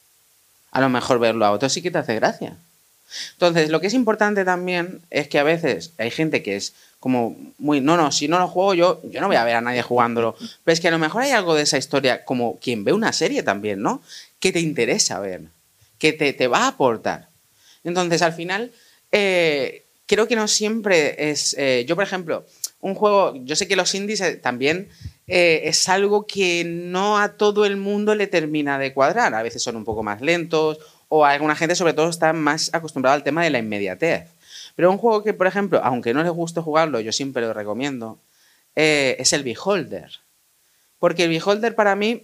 A lo mejor verlo a otro sí que te hace gracia. Entonces, lo que es importante también es que a veces hay gente que es como muy, no, no, si no lo juego yo, yo no voy a ver a nadie jugándolo. Pero es que a lo mejor hay algo de esa historia, como quien ve una serie también, ¿no? Que te interesa ver, que te, te va a aportar. Entonces, al final, eh, creo que no siempre es... Eh, yo, por ejemplo, un juego, yo sé que los indies eh, también... Eh, es algo que no a todo el mundo le termina de cuadrar. A veces son un poco más lentos o a alguna gente sobre todo está más acostumbrada al tema de la inmediatez. Pero un juego que, por ejemplo, aunque no les guste jugarlo, yo siempre lo recomiendo, eh, es el Beholder. Porque el Beholder para mí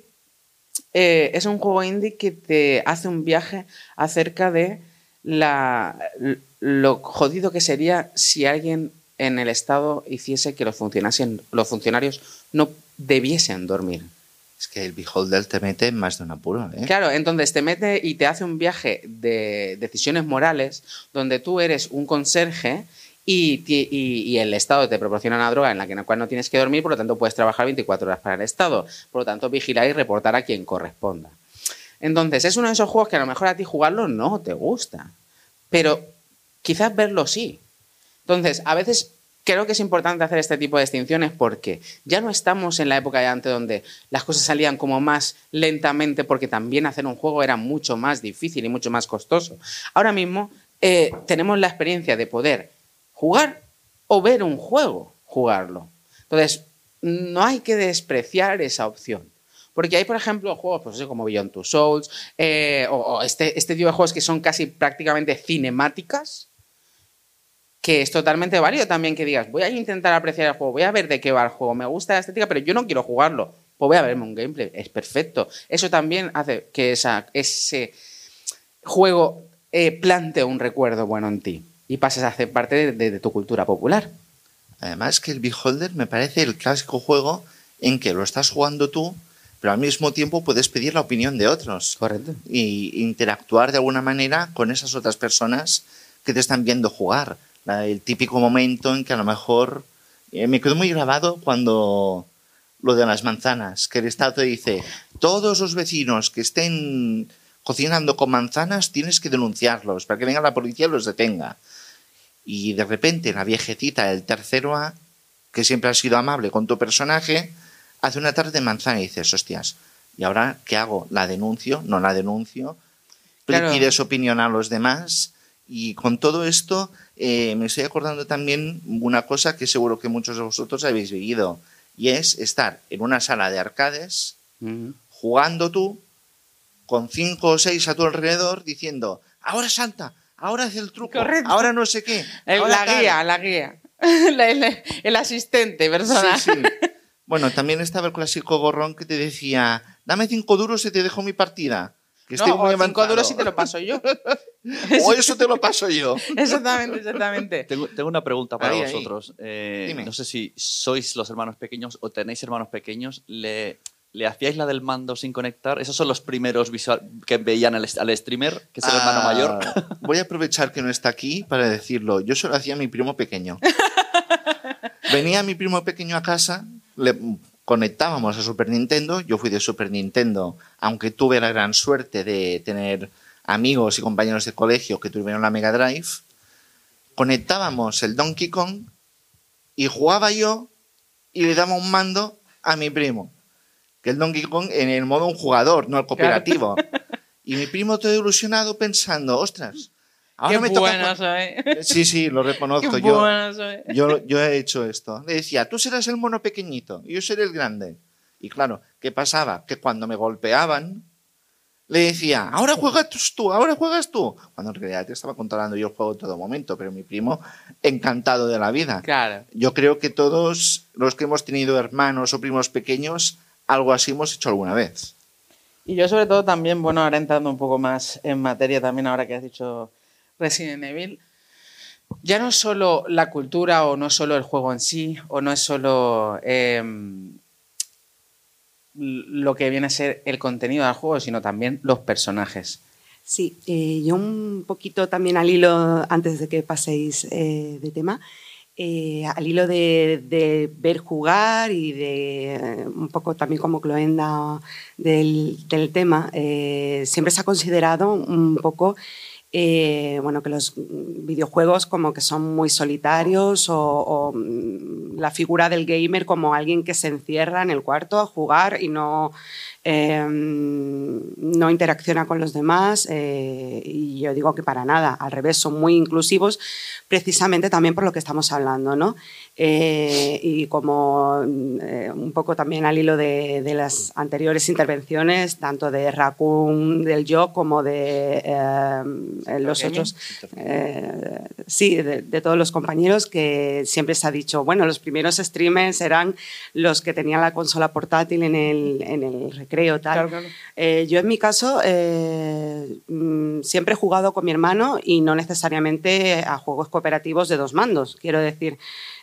eh, es un juego indie que te hace un viaje acerca de la, lo jodido que sería si alguien en el Estado hiciese que los funcionarios, los funcionarios no debiesen dormir. Es que el Beholder te mete en más de un apuro, ¿eh? Claro, entonces te mete y te hace un viaje de decisiones morales donde tú eres un conserje y, y, y el Estado te proporciona una droga en la, que, en la cual no tienes que dormir, por lo tanto puedes trabajar veinticuatro horas para el Estado. Por lo tanto, vigilar y reportar a quien corresponda. Entonces, es uno de esos juegos que a lo mejor a ti jugarlo no te gusta, pero quizás verlo sí. Entonces, a veces creo que es importante hacer este tipo de distinciones porque ya no estamos en la época de antes donde las cosas salían como más lentamente porque también hacer un juego era mucho más difícil y mucho más costoso. Ahora mismo eh, tenemos la experiencia de poder jugar o ver un juego, jugarlo. Entonces, no hay que despreciar esa opción. Porque hay, por ejemplo, juegos pues, como Beyond Two Souls eh, o, o este, este tipo de juegos que son casi prácticamente cinemáticas, que es totalmente válido también que digas, voy a intentar apreciar el juego, voy a ver de qué va el juego, me gusta la estética, pero yo no quiero jugarlo, pues voy a verme un gameplay, es perfecto. Eso también hace que esa, ese juego eh, plantee un recuerdo bueno en ti y pases a hacer parte de, de, de tu cultura popular. Además que el Beholder me parece el clásico juego en que lo estás jugando tú, pero al mismo tiempo puedes pedir la opinión de otros. Correcto. Y interactuar de alguna manera con esas otras personas que te están viendo jugar. El típico momento en que a lo mejor eh, me quedó muy grabado cuando lo de las manzanas, que el Estado te dice, todos los vecinos que estén cocinando con manzanas tienes que denunciarlos para que venga la policía y los detenga. Y de repente la viejecita del tercero A, que siempre ha sido amable con tu personaje, hace una tarde de manzana y dices, hostias, ¿y ahora qué hago? ¿La denuncio? ¿No la denuncio? Claro. ¿Le pides opinión a los demás? Y con todo esto eh, me estoy acordando también una cosa que seguro que muchos de vosotros habéis vivido, y es estar en una sala de arcades, uh-huh. jugando tú, con cinco o seis a tu alrededor, diciendo, ahora salta, ahora hace el truco, Correcto. ahora no sé qué. El, la tal. guía, la guía. el, el asistente personal. Sí, sí. Bueno, también estaba el clásico gorrón que te decía, dame cinco duros y te dejo mi partida. Que no, o cinco duros y te lo paso yo. O eso te lo paso yo. Exactamente, exactamente. Tengo, tengo una pregunta para ahí, vosotros. Eh, no sé si sois los hermanos pequeños o tenéis hermanos pequeños. ¿Le, le hacíais la del mando sin conectar? ¿Esos son los primeros visual que veían al, al streamer, que es el ah, hermano mayor? Voy a aprovechar que no está aquí para decirlo. Yo se lo hacía a mi primo pequeño. Venía mi primo pequeño a casa, le conectábamos a Super Nintendo. Yo fui de Super Nintendo, aunque tuve la gran suerte de tener amigos y compañeros de colegio que tuvieron la Mega Drive. Conectábamos el Donkey Kong y jugaba yo y le daba un mando a mi primo. Que el Donkey Kong en el modo un jugador, no el cooperativo. Claro. Y mi primo todo ilusionado pensando, ostras, ahora Qué me buena toca... soy. Sí, sí, lo reconozco. Qué yo, buena soy. yo, yo he hecho esto. Le decía, tú serás el mono pequeñito y yo seré el grande. Y claro, ¿qué pasaba? Que cuando me golpeaban, le decía, ahora juegas tú, ahora juegas tú. Cuando en realidad te estaba controlando yo el juego en todo momento, pero mi primo, encantado de la vida. Claro. Yo creo que todos los que hemos tenido hermanos o primos pequeños, algo así hemos hecho alguna vez. Y yo sobre todo también, bueno, ahora entrando un poco más en materia también, ahora que has dicho Resident Evil, ya no es solo la cultura o no es solo el juego en sí, o no es solo eh, lo que viene a ser el contenido del juego, sino también los personajes. Sí, eh, yo un poquito también al hilo, antes de que paséis eh, de tema, Eh, al hilo de, de ver jugar y de eh, un poco también como Cloenda del, del tema, eh, siempre se ha considerado un poco eh, bueno, que los videojuegos como que son muy solitarios o, o la figura del gamer como alguien que se encierra en el cuarto a jugar y no, eh, no interacciona con los demás, eh, y yo digo que para nada, al revés, son muy inclusivos precisamente también por lo que estamos hablando, ¿no? Eh, y como eh, un poco también al hilo de, de las anteriores intervenciones, tanto de Raccoon, del yo, como de eh, los otros, eh, sí, de, de todos los compañeros, que siempre se ha dicho, bueno, los primeros streamers eran los que tenían la consola portátil en el, en el recreo, tal. Claro, claro. Eh, yo en mi caso eh, siempre he jugado con mi hermano y no necesariamente a juegos cooperativos de dos mandos, quiero decir.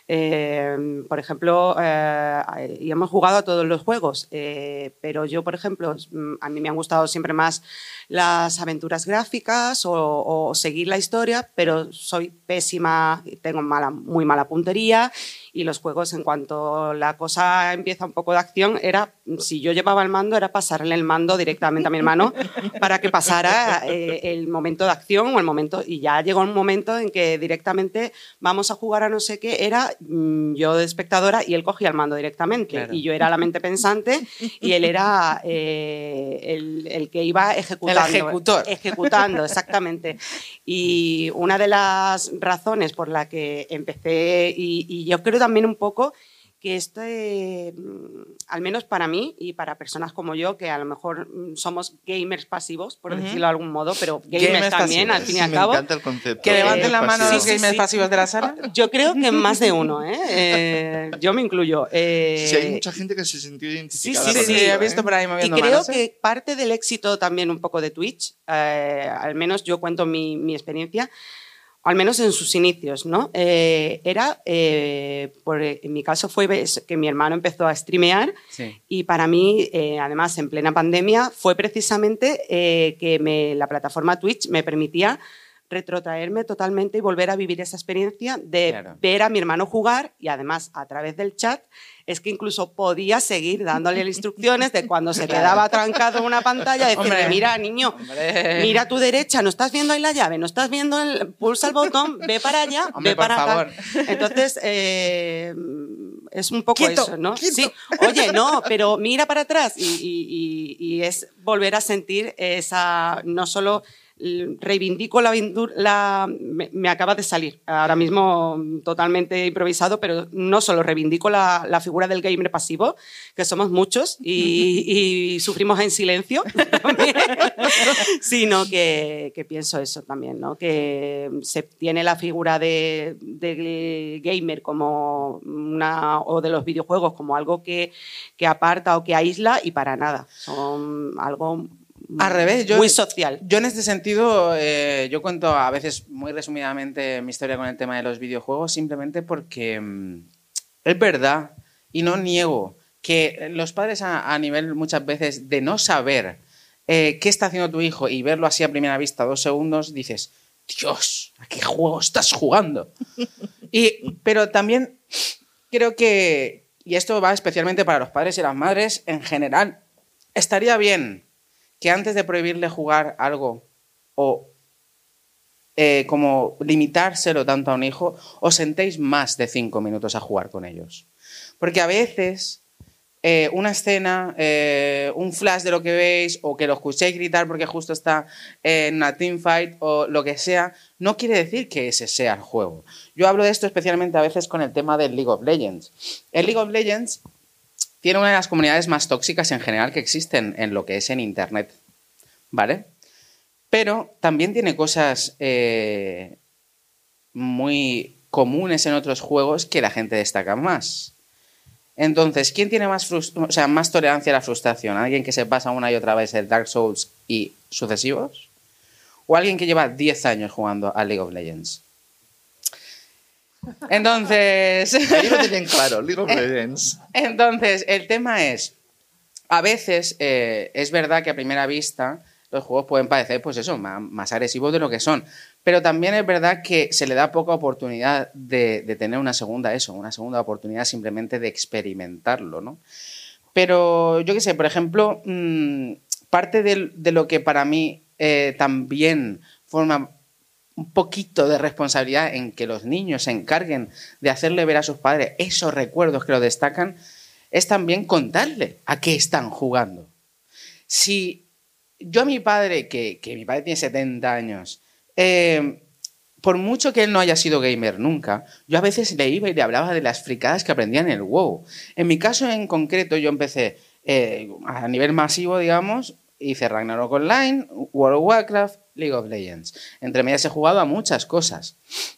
Eh, por ejemplo, eh, y hemos jugado a todos los juegos, eh, pero yo, por ejemplo, a mí me han gustado siempre más las aventuras gráficas o, o seguir la historia, pero soy pésima, tengo mala, muy mala puntería, y los juegos, en cuanto la cosa empieza un poco de acción, era, si yo llevaba el mando, era pasarle el mando directamente a mi hermano para que pasara eh, el momento de acción o el momento, y ya llegó un momento en que directamente vamos a jugar a no sé qué, era mmm, yo de espectadora y él cogía el mando directamente, claro. Y yo era la mente pensante y él era eh, el, el que iba ejecutando. El ejecutor. Ejecutando, exactamente. Y una de las razones por la que empecé, y, y yo creo también un poco que este, al menos para mí y para personas como yo, que a lo mejor somos gamers pasivos, por uh-huh. decirlo de algún modo, pero gamers, gamers también, pasivos. Al fin y al me cabo. Me encanta el concepto. Que levanten eh, la mano sí, los sí, gamers sí. pasivos de la sala. Yo creo que más de uno, ¿eh? eh yo me incluyo. Eh, sí, hay mucha gente que se sintió identificada. Sí, sí, sí, sí, he visto por ahí moviendo Y creo manos, ¿eh? que parte del éxito también un poco de Twitch, eh, al menos yo cuento mi, mi experiencia, al menos en sus inicios, ¿no? Eh, era, eh, por, en mi caso fue que mi hermano empezó a streamear, sí. Y para mí, eh, además en plena pandemia, fue precisamente eh, que me, la plataforma Twitch me permitía retrotraerme totalmente y volver a vivir esa experiencia de claro. ver a mi hermano jugar, y además a través del chat es que incluso podía seguir dándole instrucciones de cuando se quedaba trancado en una pantalla, decirle, hombre, mira, niño, hombre. Mira a tu derecha, ¿no estás viendo ahí la llave? ¿No estás viendo? El, pulsa el botón, ve para allá, hombre, ve para favor. acá. Entonces, eh, es un poco quieto, eso, ¿no? Quieto. Sí, oye, no, pero mira para atrás y, y, y, y es volver a sentir esa, no solo reivindico la, la me, me acaba de salir ahora mismo totalmente improvisado, pero no solo reivindico la, la figura del gamer pasivo, que somos muchos y, y sufrimos en silencio, sino que, que pienso eso también, ¿no? Que se tiene la figura de, del gamer como una, o de los videojuegos como algo que, que aparta o que aísla, y para nada, son algo Al revés, yo, muy social. Yo en este sentido, eh, yo cuento a veces muy resumidamente mi historia con el tema de los videojuegos, simplemente porque mmm, es verdad, y no niego, que los padres a, a nivel muchas veces de no saber eh, qué está haciendo tu hijo y verlo así a primera vista, dos segundos, dices, Dios, ¿a qué juego estás jugando? y, pero también creo que, y esto va especialmente para los padres y las madres en general, estaría bien que antes de prohibirle jugar algo o eh, como limitárselo tanto a un hijo, os sentéis más de cinco minutos a jugar con ellos. Porque a veces eh, una escena, eh, un flash de lo que veis, o que lo escuchéis gritar porque justo está eh, en una teamfight o lo que sea, no quiere decir que ese sea el juego. Yo hablo de esto especialmente a veces con el tema del League of Legends. El League of Legends tiene una de las comunidades más tóxicas en general que existen en lo que es en Internet, ¿vale? Pero también tiene cosas eh, muy comunes en otros juegos que la gente destaca más. Entonces, ¿quién tiene más, frust- o sea, más tolerancia a la frustración? ¿Alguien que se pasa una y otra vez el Dark Souls y sucesivos? ¿O alguien que lleva diez años jugando a League of Legends? Entonces... Ahí lo tienen claro, League of Legends. Entonces, el tema es, a veces eh, es verdad que a primera vista los juegos pueden parecer, pues eso, más, más agresivos de lo que son, pero también es verdad que se le da poca oportunidad de, de tener una segunda eso, una segunda oportunidad simplemente de experimentarlo, ¿no? Pero yo qué sé, por ejemplo, mmm, parte de, de lo que para mí eh, también forma un poquito de responsabilidad en que los niños se encarguen de hacerle ver a sus padres esos recuerdos que lo destacan, es también contarle a qué están jugando. Si yo a mi padre, que, que mi padre tiene setenta años, eh, por mucho que él no haya sido gamer nunca, yo a veces le iba y le hablaba de las fricadas que aprendía en el WoW. En mi caso en concreto, yo empecé eh, a nivel masivo, digamos, hice Ragnarok Online, World of Warcraft, League of Legends. Entre medias he jugado a muchas cosas.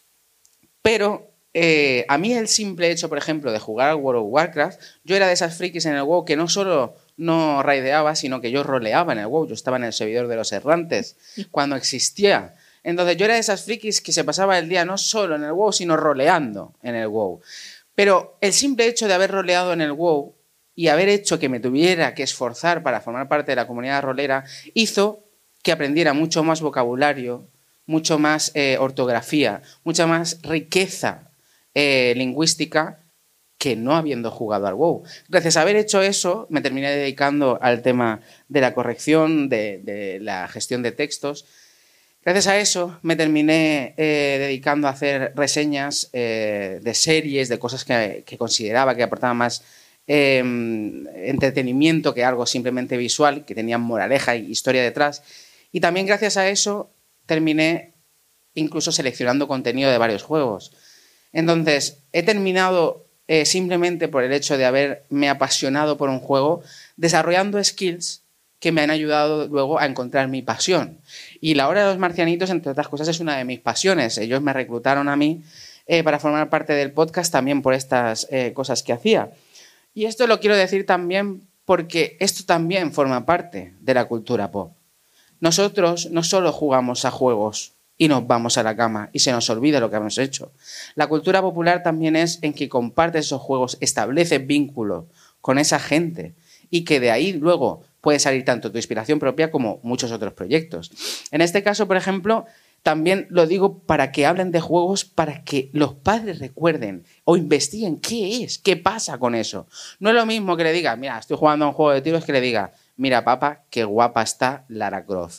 Pero eh, a mí el simple hecho, por ejemplo, de jugar al World of Warcraft, yo era de esas frikis en el WoW que no solo no raideaba, sino que yo roleaba en el WoW. Yo estaba en el servidor de los errantes cuando existía. Entonces yo era de esas frikis que se pasaba el día no solo en el WoW, sino roleando en el WoW. Pero el simple hecho de haber roleado en el WoW y haber hecho que me tuviera que esforzar para formar parte de la comunidad rolera hizo que aprendiera mucho más vocabulario, mucho más eh, ortografía, mucha más riqueza eh, lingüística que no habiendo jugado al WoW. Gracias a haber hecho eso, me terminé dedicando al tema de la corrección, de, de la gestión de textos. Gracias a eso me terminé eh, dedicando a hacer reseñas eh, de series, de cosas que, que consideraba que aportaban más eh, entretenimiento que algo simplemente visual, que tenían moraleja y historia detrás. Y también gracias a eso terminé incluso seleccionando contenido de varios juegos. Entonces, he terminado eh, simplemente por el hecho de haberme apasionado por un juego, desarrollando skills que me han ayudado luego a encontrar mi pasión. Y la Hora de los Marcianitos, entre otras cosas, es una de mis pasiones. Ellos me reclutaron a mí eh, para formar parte del podcast también por estas eh, cosas que hacía. Y esto lo quiero decir también porque esto también forma parte de la cultura pop. Nosotros no solo jugamos a juegos y nos vamos a la cama y se nos olvida lo que hemos hecho. La cultura popular también es en que compartes esos juegos, estableces vínculo con esa gente y que de ahí luego puede salir tanto tu inspiración propia como muchos otros proyectos. En este caso, por ejemplo, también lo digo para que hablen de juegos, para que los padres recuerden o investiguen qué es, qué pasa con eso. No es lo mismo que le diga, mira, estoy jugando a un juego de tiros, que le diga, mira, papá, qué guapa está Lara Croft.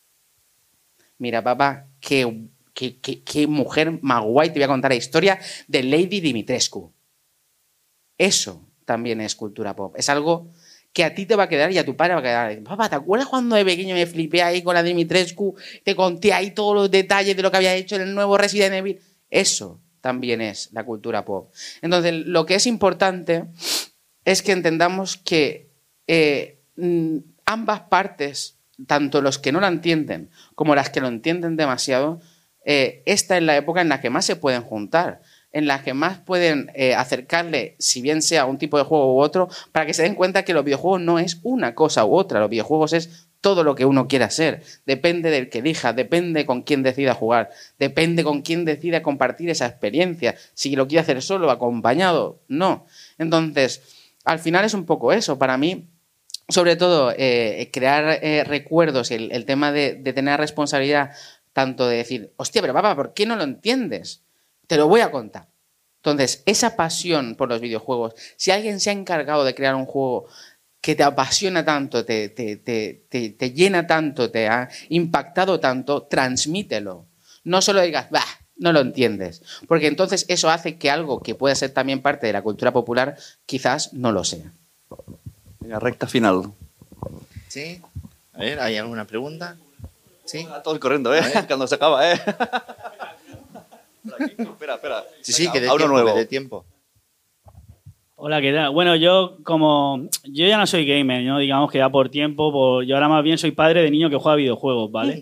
Mira, papá, qué, qué, qué, qué mujer más guay, te voy a contar la historia de Lady Dimitrescu. Eso también es cultura pop. Es algo que a ti te va a quedar y a tu padre va a quedar. Papá, ¿te acuerdas cuando de pequeño me flipé ahí con la Dimitrescu? Te conté ahí todos los detalles de lo que había hecho en el nuevo Resident Evil. Eso también es la cultura pop. Entonces, lo que es importante es que entendamos que eh, ambas partes, tanto los que no lo entienden como las que lo entienden demasiado, eh, esta es la época en la que más se pueden juntar, en la que más pueden eh, acercarle, si bien sea un tipo de juego u otro, para que se den cuenta que los videojuegos no es una cosa u otra, los videojuegos es todo lo que uno quiera ser, depende del que elija, depende con quién decida jugar, depende con quién decida compartir esa experiencia, si lo quiere hacer solo, acompañado, no. Entonces, al final es un poco eso, para mí, sobre todo, eh, crear eh, recuerdos, el, el tema de, de tener responsabilidad, tanto de decir, hostia, pero papá, ¿por qué no lo entiendes? Te lo voy a contar. Entonces, esa pasión por los videojuegos, si alguien se ha encargado de crear un juego que te apasiona tanto, te, te, te, te, te llena tanto, te ha impactado tanto, transmítelo. No solo digas, bah, no lo entiendes. Porque entonces eso hace que algo que pueda ser también parte de la cultura popular, quizás no lo sea. Venga, recta final. Sí. A ver, ¿hay alguna pregunta? Sí. Ah, todos corriendo, ¿eh? Cuando se acaba, ¿eh? Espera, espera. Sí, sí, que de a uno tiempo, nuevo. que de tiempo. Hola, ¿qué tal? Bueno, yo como... Yo ya no soy gamer, ¿no? Digamos que ya por tiempo, por, yo ahora más bien soy padre de niño que juega a videojuegos, ¿vale?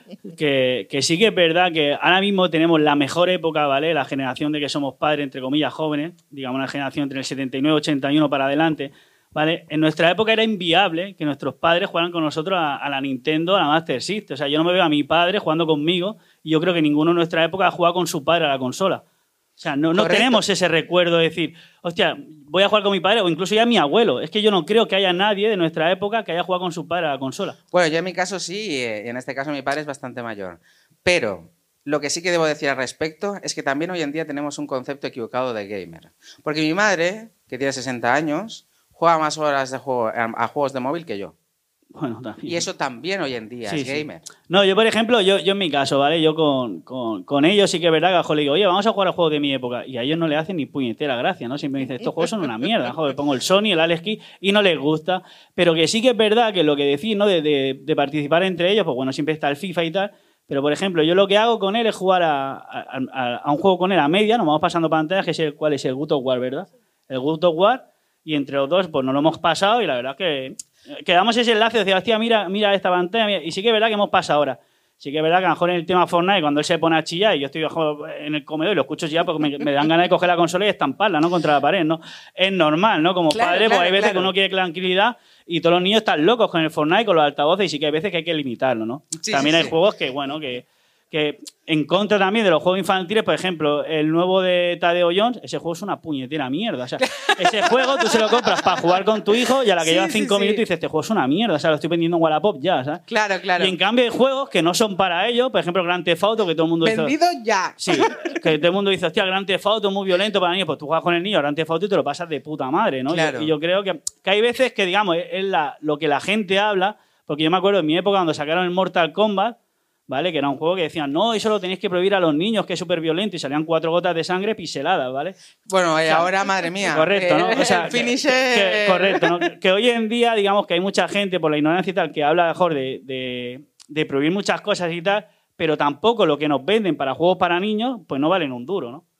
que, que sí que es verdad que ahora mismo tenemos la mejor época, ¿vale? La generación de que somos padres, entre comillas, jóvenes, digamos una generación entre el setenta y nueve y ochenta y uno para adelante, ¿vale? En nuestra época era inviable que nuestros padres jugaran con nosotros a, a la Nintendo, a la Master System. O sea, yo no me veo a mi padre jugando conmigo y yo creo que ninguno en nuestra época ha jugado con su padre a la consola. O sea, no, no tenemos ese recuerdo de decir, hostia, voy a jugar con mi padre o incluso ya mi abuelo. Es que yo no creo que haya nadie de nuestra época que haya jugado con su padre a la consola. Bueno, yo en mi caso sí, y en este caso mi padre es bastante mayor. Pero lo que sí que debo decir al respecto es que también hoy en día tenemos un concepto equivocado de gamer. Porque mi madre, que tiene sesenta años, juega más horas de juego, a juegos de móvil que yo. Bueno, también. Y eso también hoy en día Sí, es sí. gamer. No, yo por ejemplo, yo, yo en mi caso, ¿vale? Yo con, con, con ellos sí que es verdad que a Jorge le digo, oye, vamos a jugar a juegos de mi época. Y a ellos no le hacen ni puñetera gracia, ¿no? Siempre me dicen, estos juegos son una mierda. Joder, pongo el Sony, el Alex Kidd y no les gusta. Pero que sí que es verdad que lo que decís, ¿no? De, de, de participar entre ellos, pues bueno, siempre está el FIFA y tal. Pero, por ejemplo, yo lo que hago con él es jugar a, a, a, a un juego con él a media, nos vamos pasando pantallas, que es el cual es el God of War, ¿verdad? El God of War, y entre los dos, pues nos lo hemos pasado y la verdad es que quedamos ese enlace de decir, hostia, mira, mira esta pantalla, mira. Y sí que es verdad que hemos pasado ahora. Sí que es verdad que a lo mejor en el tema Fortnite, cuando él se pone a chillar y yo estoy en el comedor y lo escucho chillar porque me, me dan ganas de coger la consola y estamparla, ¿no? Contra la pared, ¿no? Es normal, ¿no? Como Claro, padre, claro, pues hay veces claro. que uno quiere tranquilidad y todos los niños están locos con el Fortnite, con los altavoces, y sí que hay veces que hay que limitarlo, ¿no? Sí, También sí, hay sí. juegos que, bueno, que... que en contra también de los juegos infantiles, por ejemplo, el nuevo de Tadeo Jones, ese juego es una puñetera mierda. O sea, ese juego tú se lo compras para jugar con tu hijo y a la que Sí, lleva sí, cinco sí. minutos dices, este juego es una mierda, o sea, lo estoy vendiendo en Wallapop ya, ¿sabes? Claro, claro. Y en cambio hay juegos que no son para ello, por ejemplo, Grand Theft Auto, que todo el mundo dice... Vendido ya. Sí, que todo el mundo dice, hostia, Grand Theft Auto es muy violento para niños, pues tú juegas con el niño Grand Theft Auto y te lo pasas de puta madre, ¿no? Claro. Y yo creo que, que hay veces que, digamos, es la, lo que la gente habla, porque yo me acuerdo en mi época cuando sacaron el Mortal Kombat, ¿vale? Que era un juego que decían, no, eso lo tenéis que prohibir a los niños, que es súper violento, y salían cuatro gotas de sangre piseladas, ¿vale? Bueno, y O sea, ahora, madre mía. Correcto, ¿no? eh, O sea, el que- finish que- es- correcto, ¿no? Que hoy en día, digamos que hay mucha gente, por la ignorancia y tal, que habla mejor de, de, de prohibir muchas cosas y tal, pero tampoco lo que nos venden para juegos para niños, pues no valen un duro, ¿no?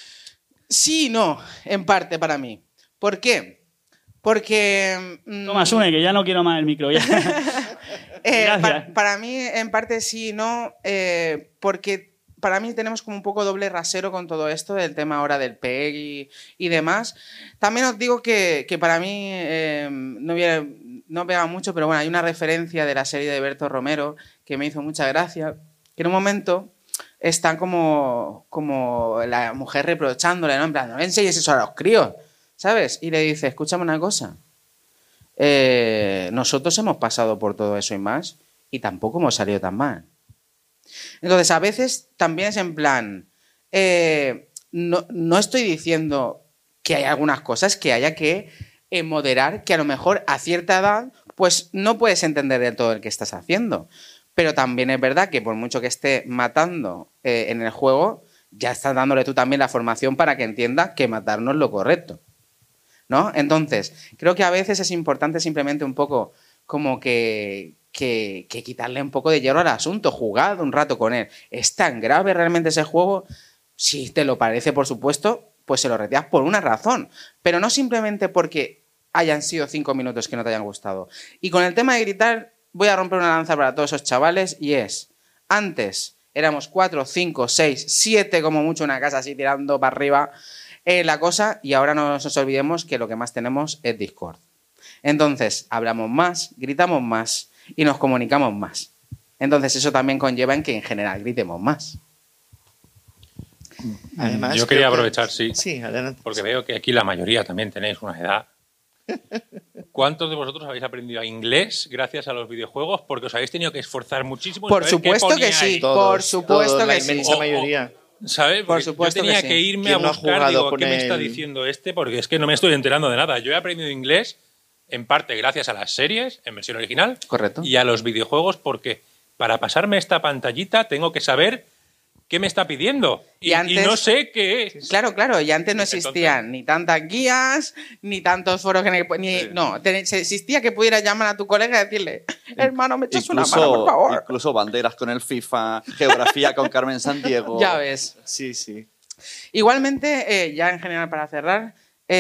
Sí y no, en parte para mí. ¿Por qué? Porque... mm, Toma, Sune, que ya no quiero más el micro. Ya. Eh, Gracias. para, para mí, en parte sí y no, eh, porque para mí tenemos como un poco doble rasero con todo esto, del tema ahora del P E G y, y demás. También os digo que, que para mí, eh, no, hubiera- no pega mucho, pero bueno, hay una referencia de la serie de Berto Romero que me hizo mucha gracia, que en un momento está como, como la mujer reprochándole, ¿no? En plan, no le enseñes eso a los críos, ¿sabes? Y le dice, escúchame una cosa. Eh, nosotros hemos pasado por todo eso y más y tampoco hemos salido tan mal. Entonces, a veces también es en plan, eh, no, no estoy diciendo que hay algunas cosas que haya que eh, moderar, que a lo mejor a cierta edad pues no puedes entender del todo el que estás haciendo. Pero también es verdad que por mucho que esté matando eh, en el juego, ya estás dándole tú también la formación para que entienda que matar no es lo correcto. ¿no? Entonces, creo que a veces es importante simplemente un poco como que, que, que quitarle un poco de hierro al asunto, jugad un rato con él. ¿Es tan grave realmente ese juego? Si te lo parece, por supuesto, pues se lo retiras por una razón, pero no simplemente porque hayan sido cinco minutos que no te hayan gustado. Y con el tema de gritar, voy a romper una lanza para todos esos chavales, y es, antes éramos cuatro, cinco, seis, siete como mucho, una casa así tirando para arriba eh, la cosa, y ahora no nos olvidemos que lo que más tenemos es Discord. Entonces, hablamos más, gritamos más y nos comunicamos más. Entonces, eso también conlleva en que en general gritemos más. Además, yo quería creo que- aprovechar, sí, Sí, adelante. porque veo que aquí la mayoría también tenéis una edad. ¿Cuántos de vosotros habéis aprendido inglés gracias a los videojuegos? Porque os habéis tenido que esforzar muchísimo. en Por saber qué supuesto que ponía sí, ahí. por supuesto todos, la que sí. inmensa O- o- mayoría. ¿Sabes? Por Porque supuesto yo tenía que que, sí. irme a ¿Quién no ha buscar, jugado digo, con ¿qué me está el- diciendo este? Porque es que no me estoy enterando de nada. Yo he aprendido inglés, en parte gracias a las series, en versión original, Correcto. y a los videojuegos, porque para pasarme esta pantallita tengo que saber qué me está pidiendo. Y, Y antes- y no sé qué es. Claro, claro, y antes no Entonces- existían ni tantas guías, ni tantos foros que ni, Sí. no, te- se- existía que pudieras llamar a tu colega y decirle, hermano, me echas una mano, Incluso, por favor. incluso banderas con el FIFA, geografía con Carmen Sandiego. Ya ves. Sí, sí. Igualmente, eh, ya en general para cerrar,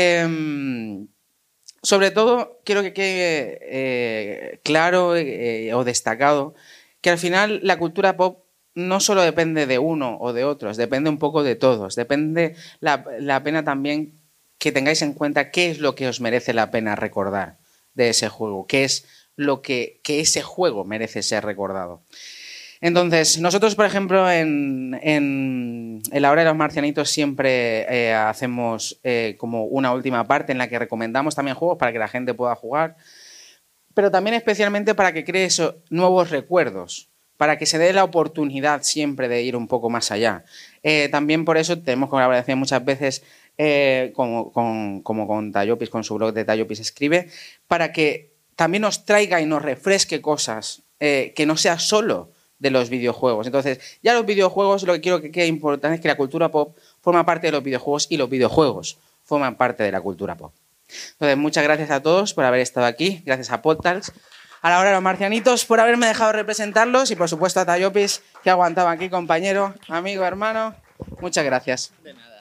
eh, sobre todo quiero que quede eh, claro eh, o destacado que al final la cultura pop no solo depende de uno o de otros, depende un poco de todos. Depende la, la pena también que tengáis en cuenta qué es lo que os merece la pena recordar de ese juego, qué es lo que, que ese juego merece ser recordado. Entonces, nosotros, por ejemplo, en, en, en la hora de los marcianitos siempre eh, hacemos eh, como una última parte en la que recomendamos también juegos para que la gente pueda jugar, pero también especialmente para que cree esos nuevos recuerdos, para que se dé la oportunidad siempre de ir un poco más allá. Eh, también por eso tenemos colaboración muchas veces eh, como, con, como con Tallopis, con su blog de Tallopis Escribe, para que también nos traiga y nos refresque cosas eh, que no sea solo de los videojuegos. Entonces, ya los videojuegos, lo que quiero que quede importante es que la cultura pop forma parte de los videojuegos y los videojuegos forman parte de la cultura pop. Entonces, muchas gracias a todos por haber estado aquí, gracias a Podtalks, a la hora de los marcianitos por haberme dejado representarlos y, por supuesto, a Tallopis, que ha aguantado aquí, compañero, amigo, hermano. Muchas gracias. De nada.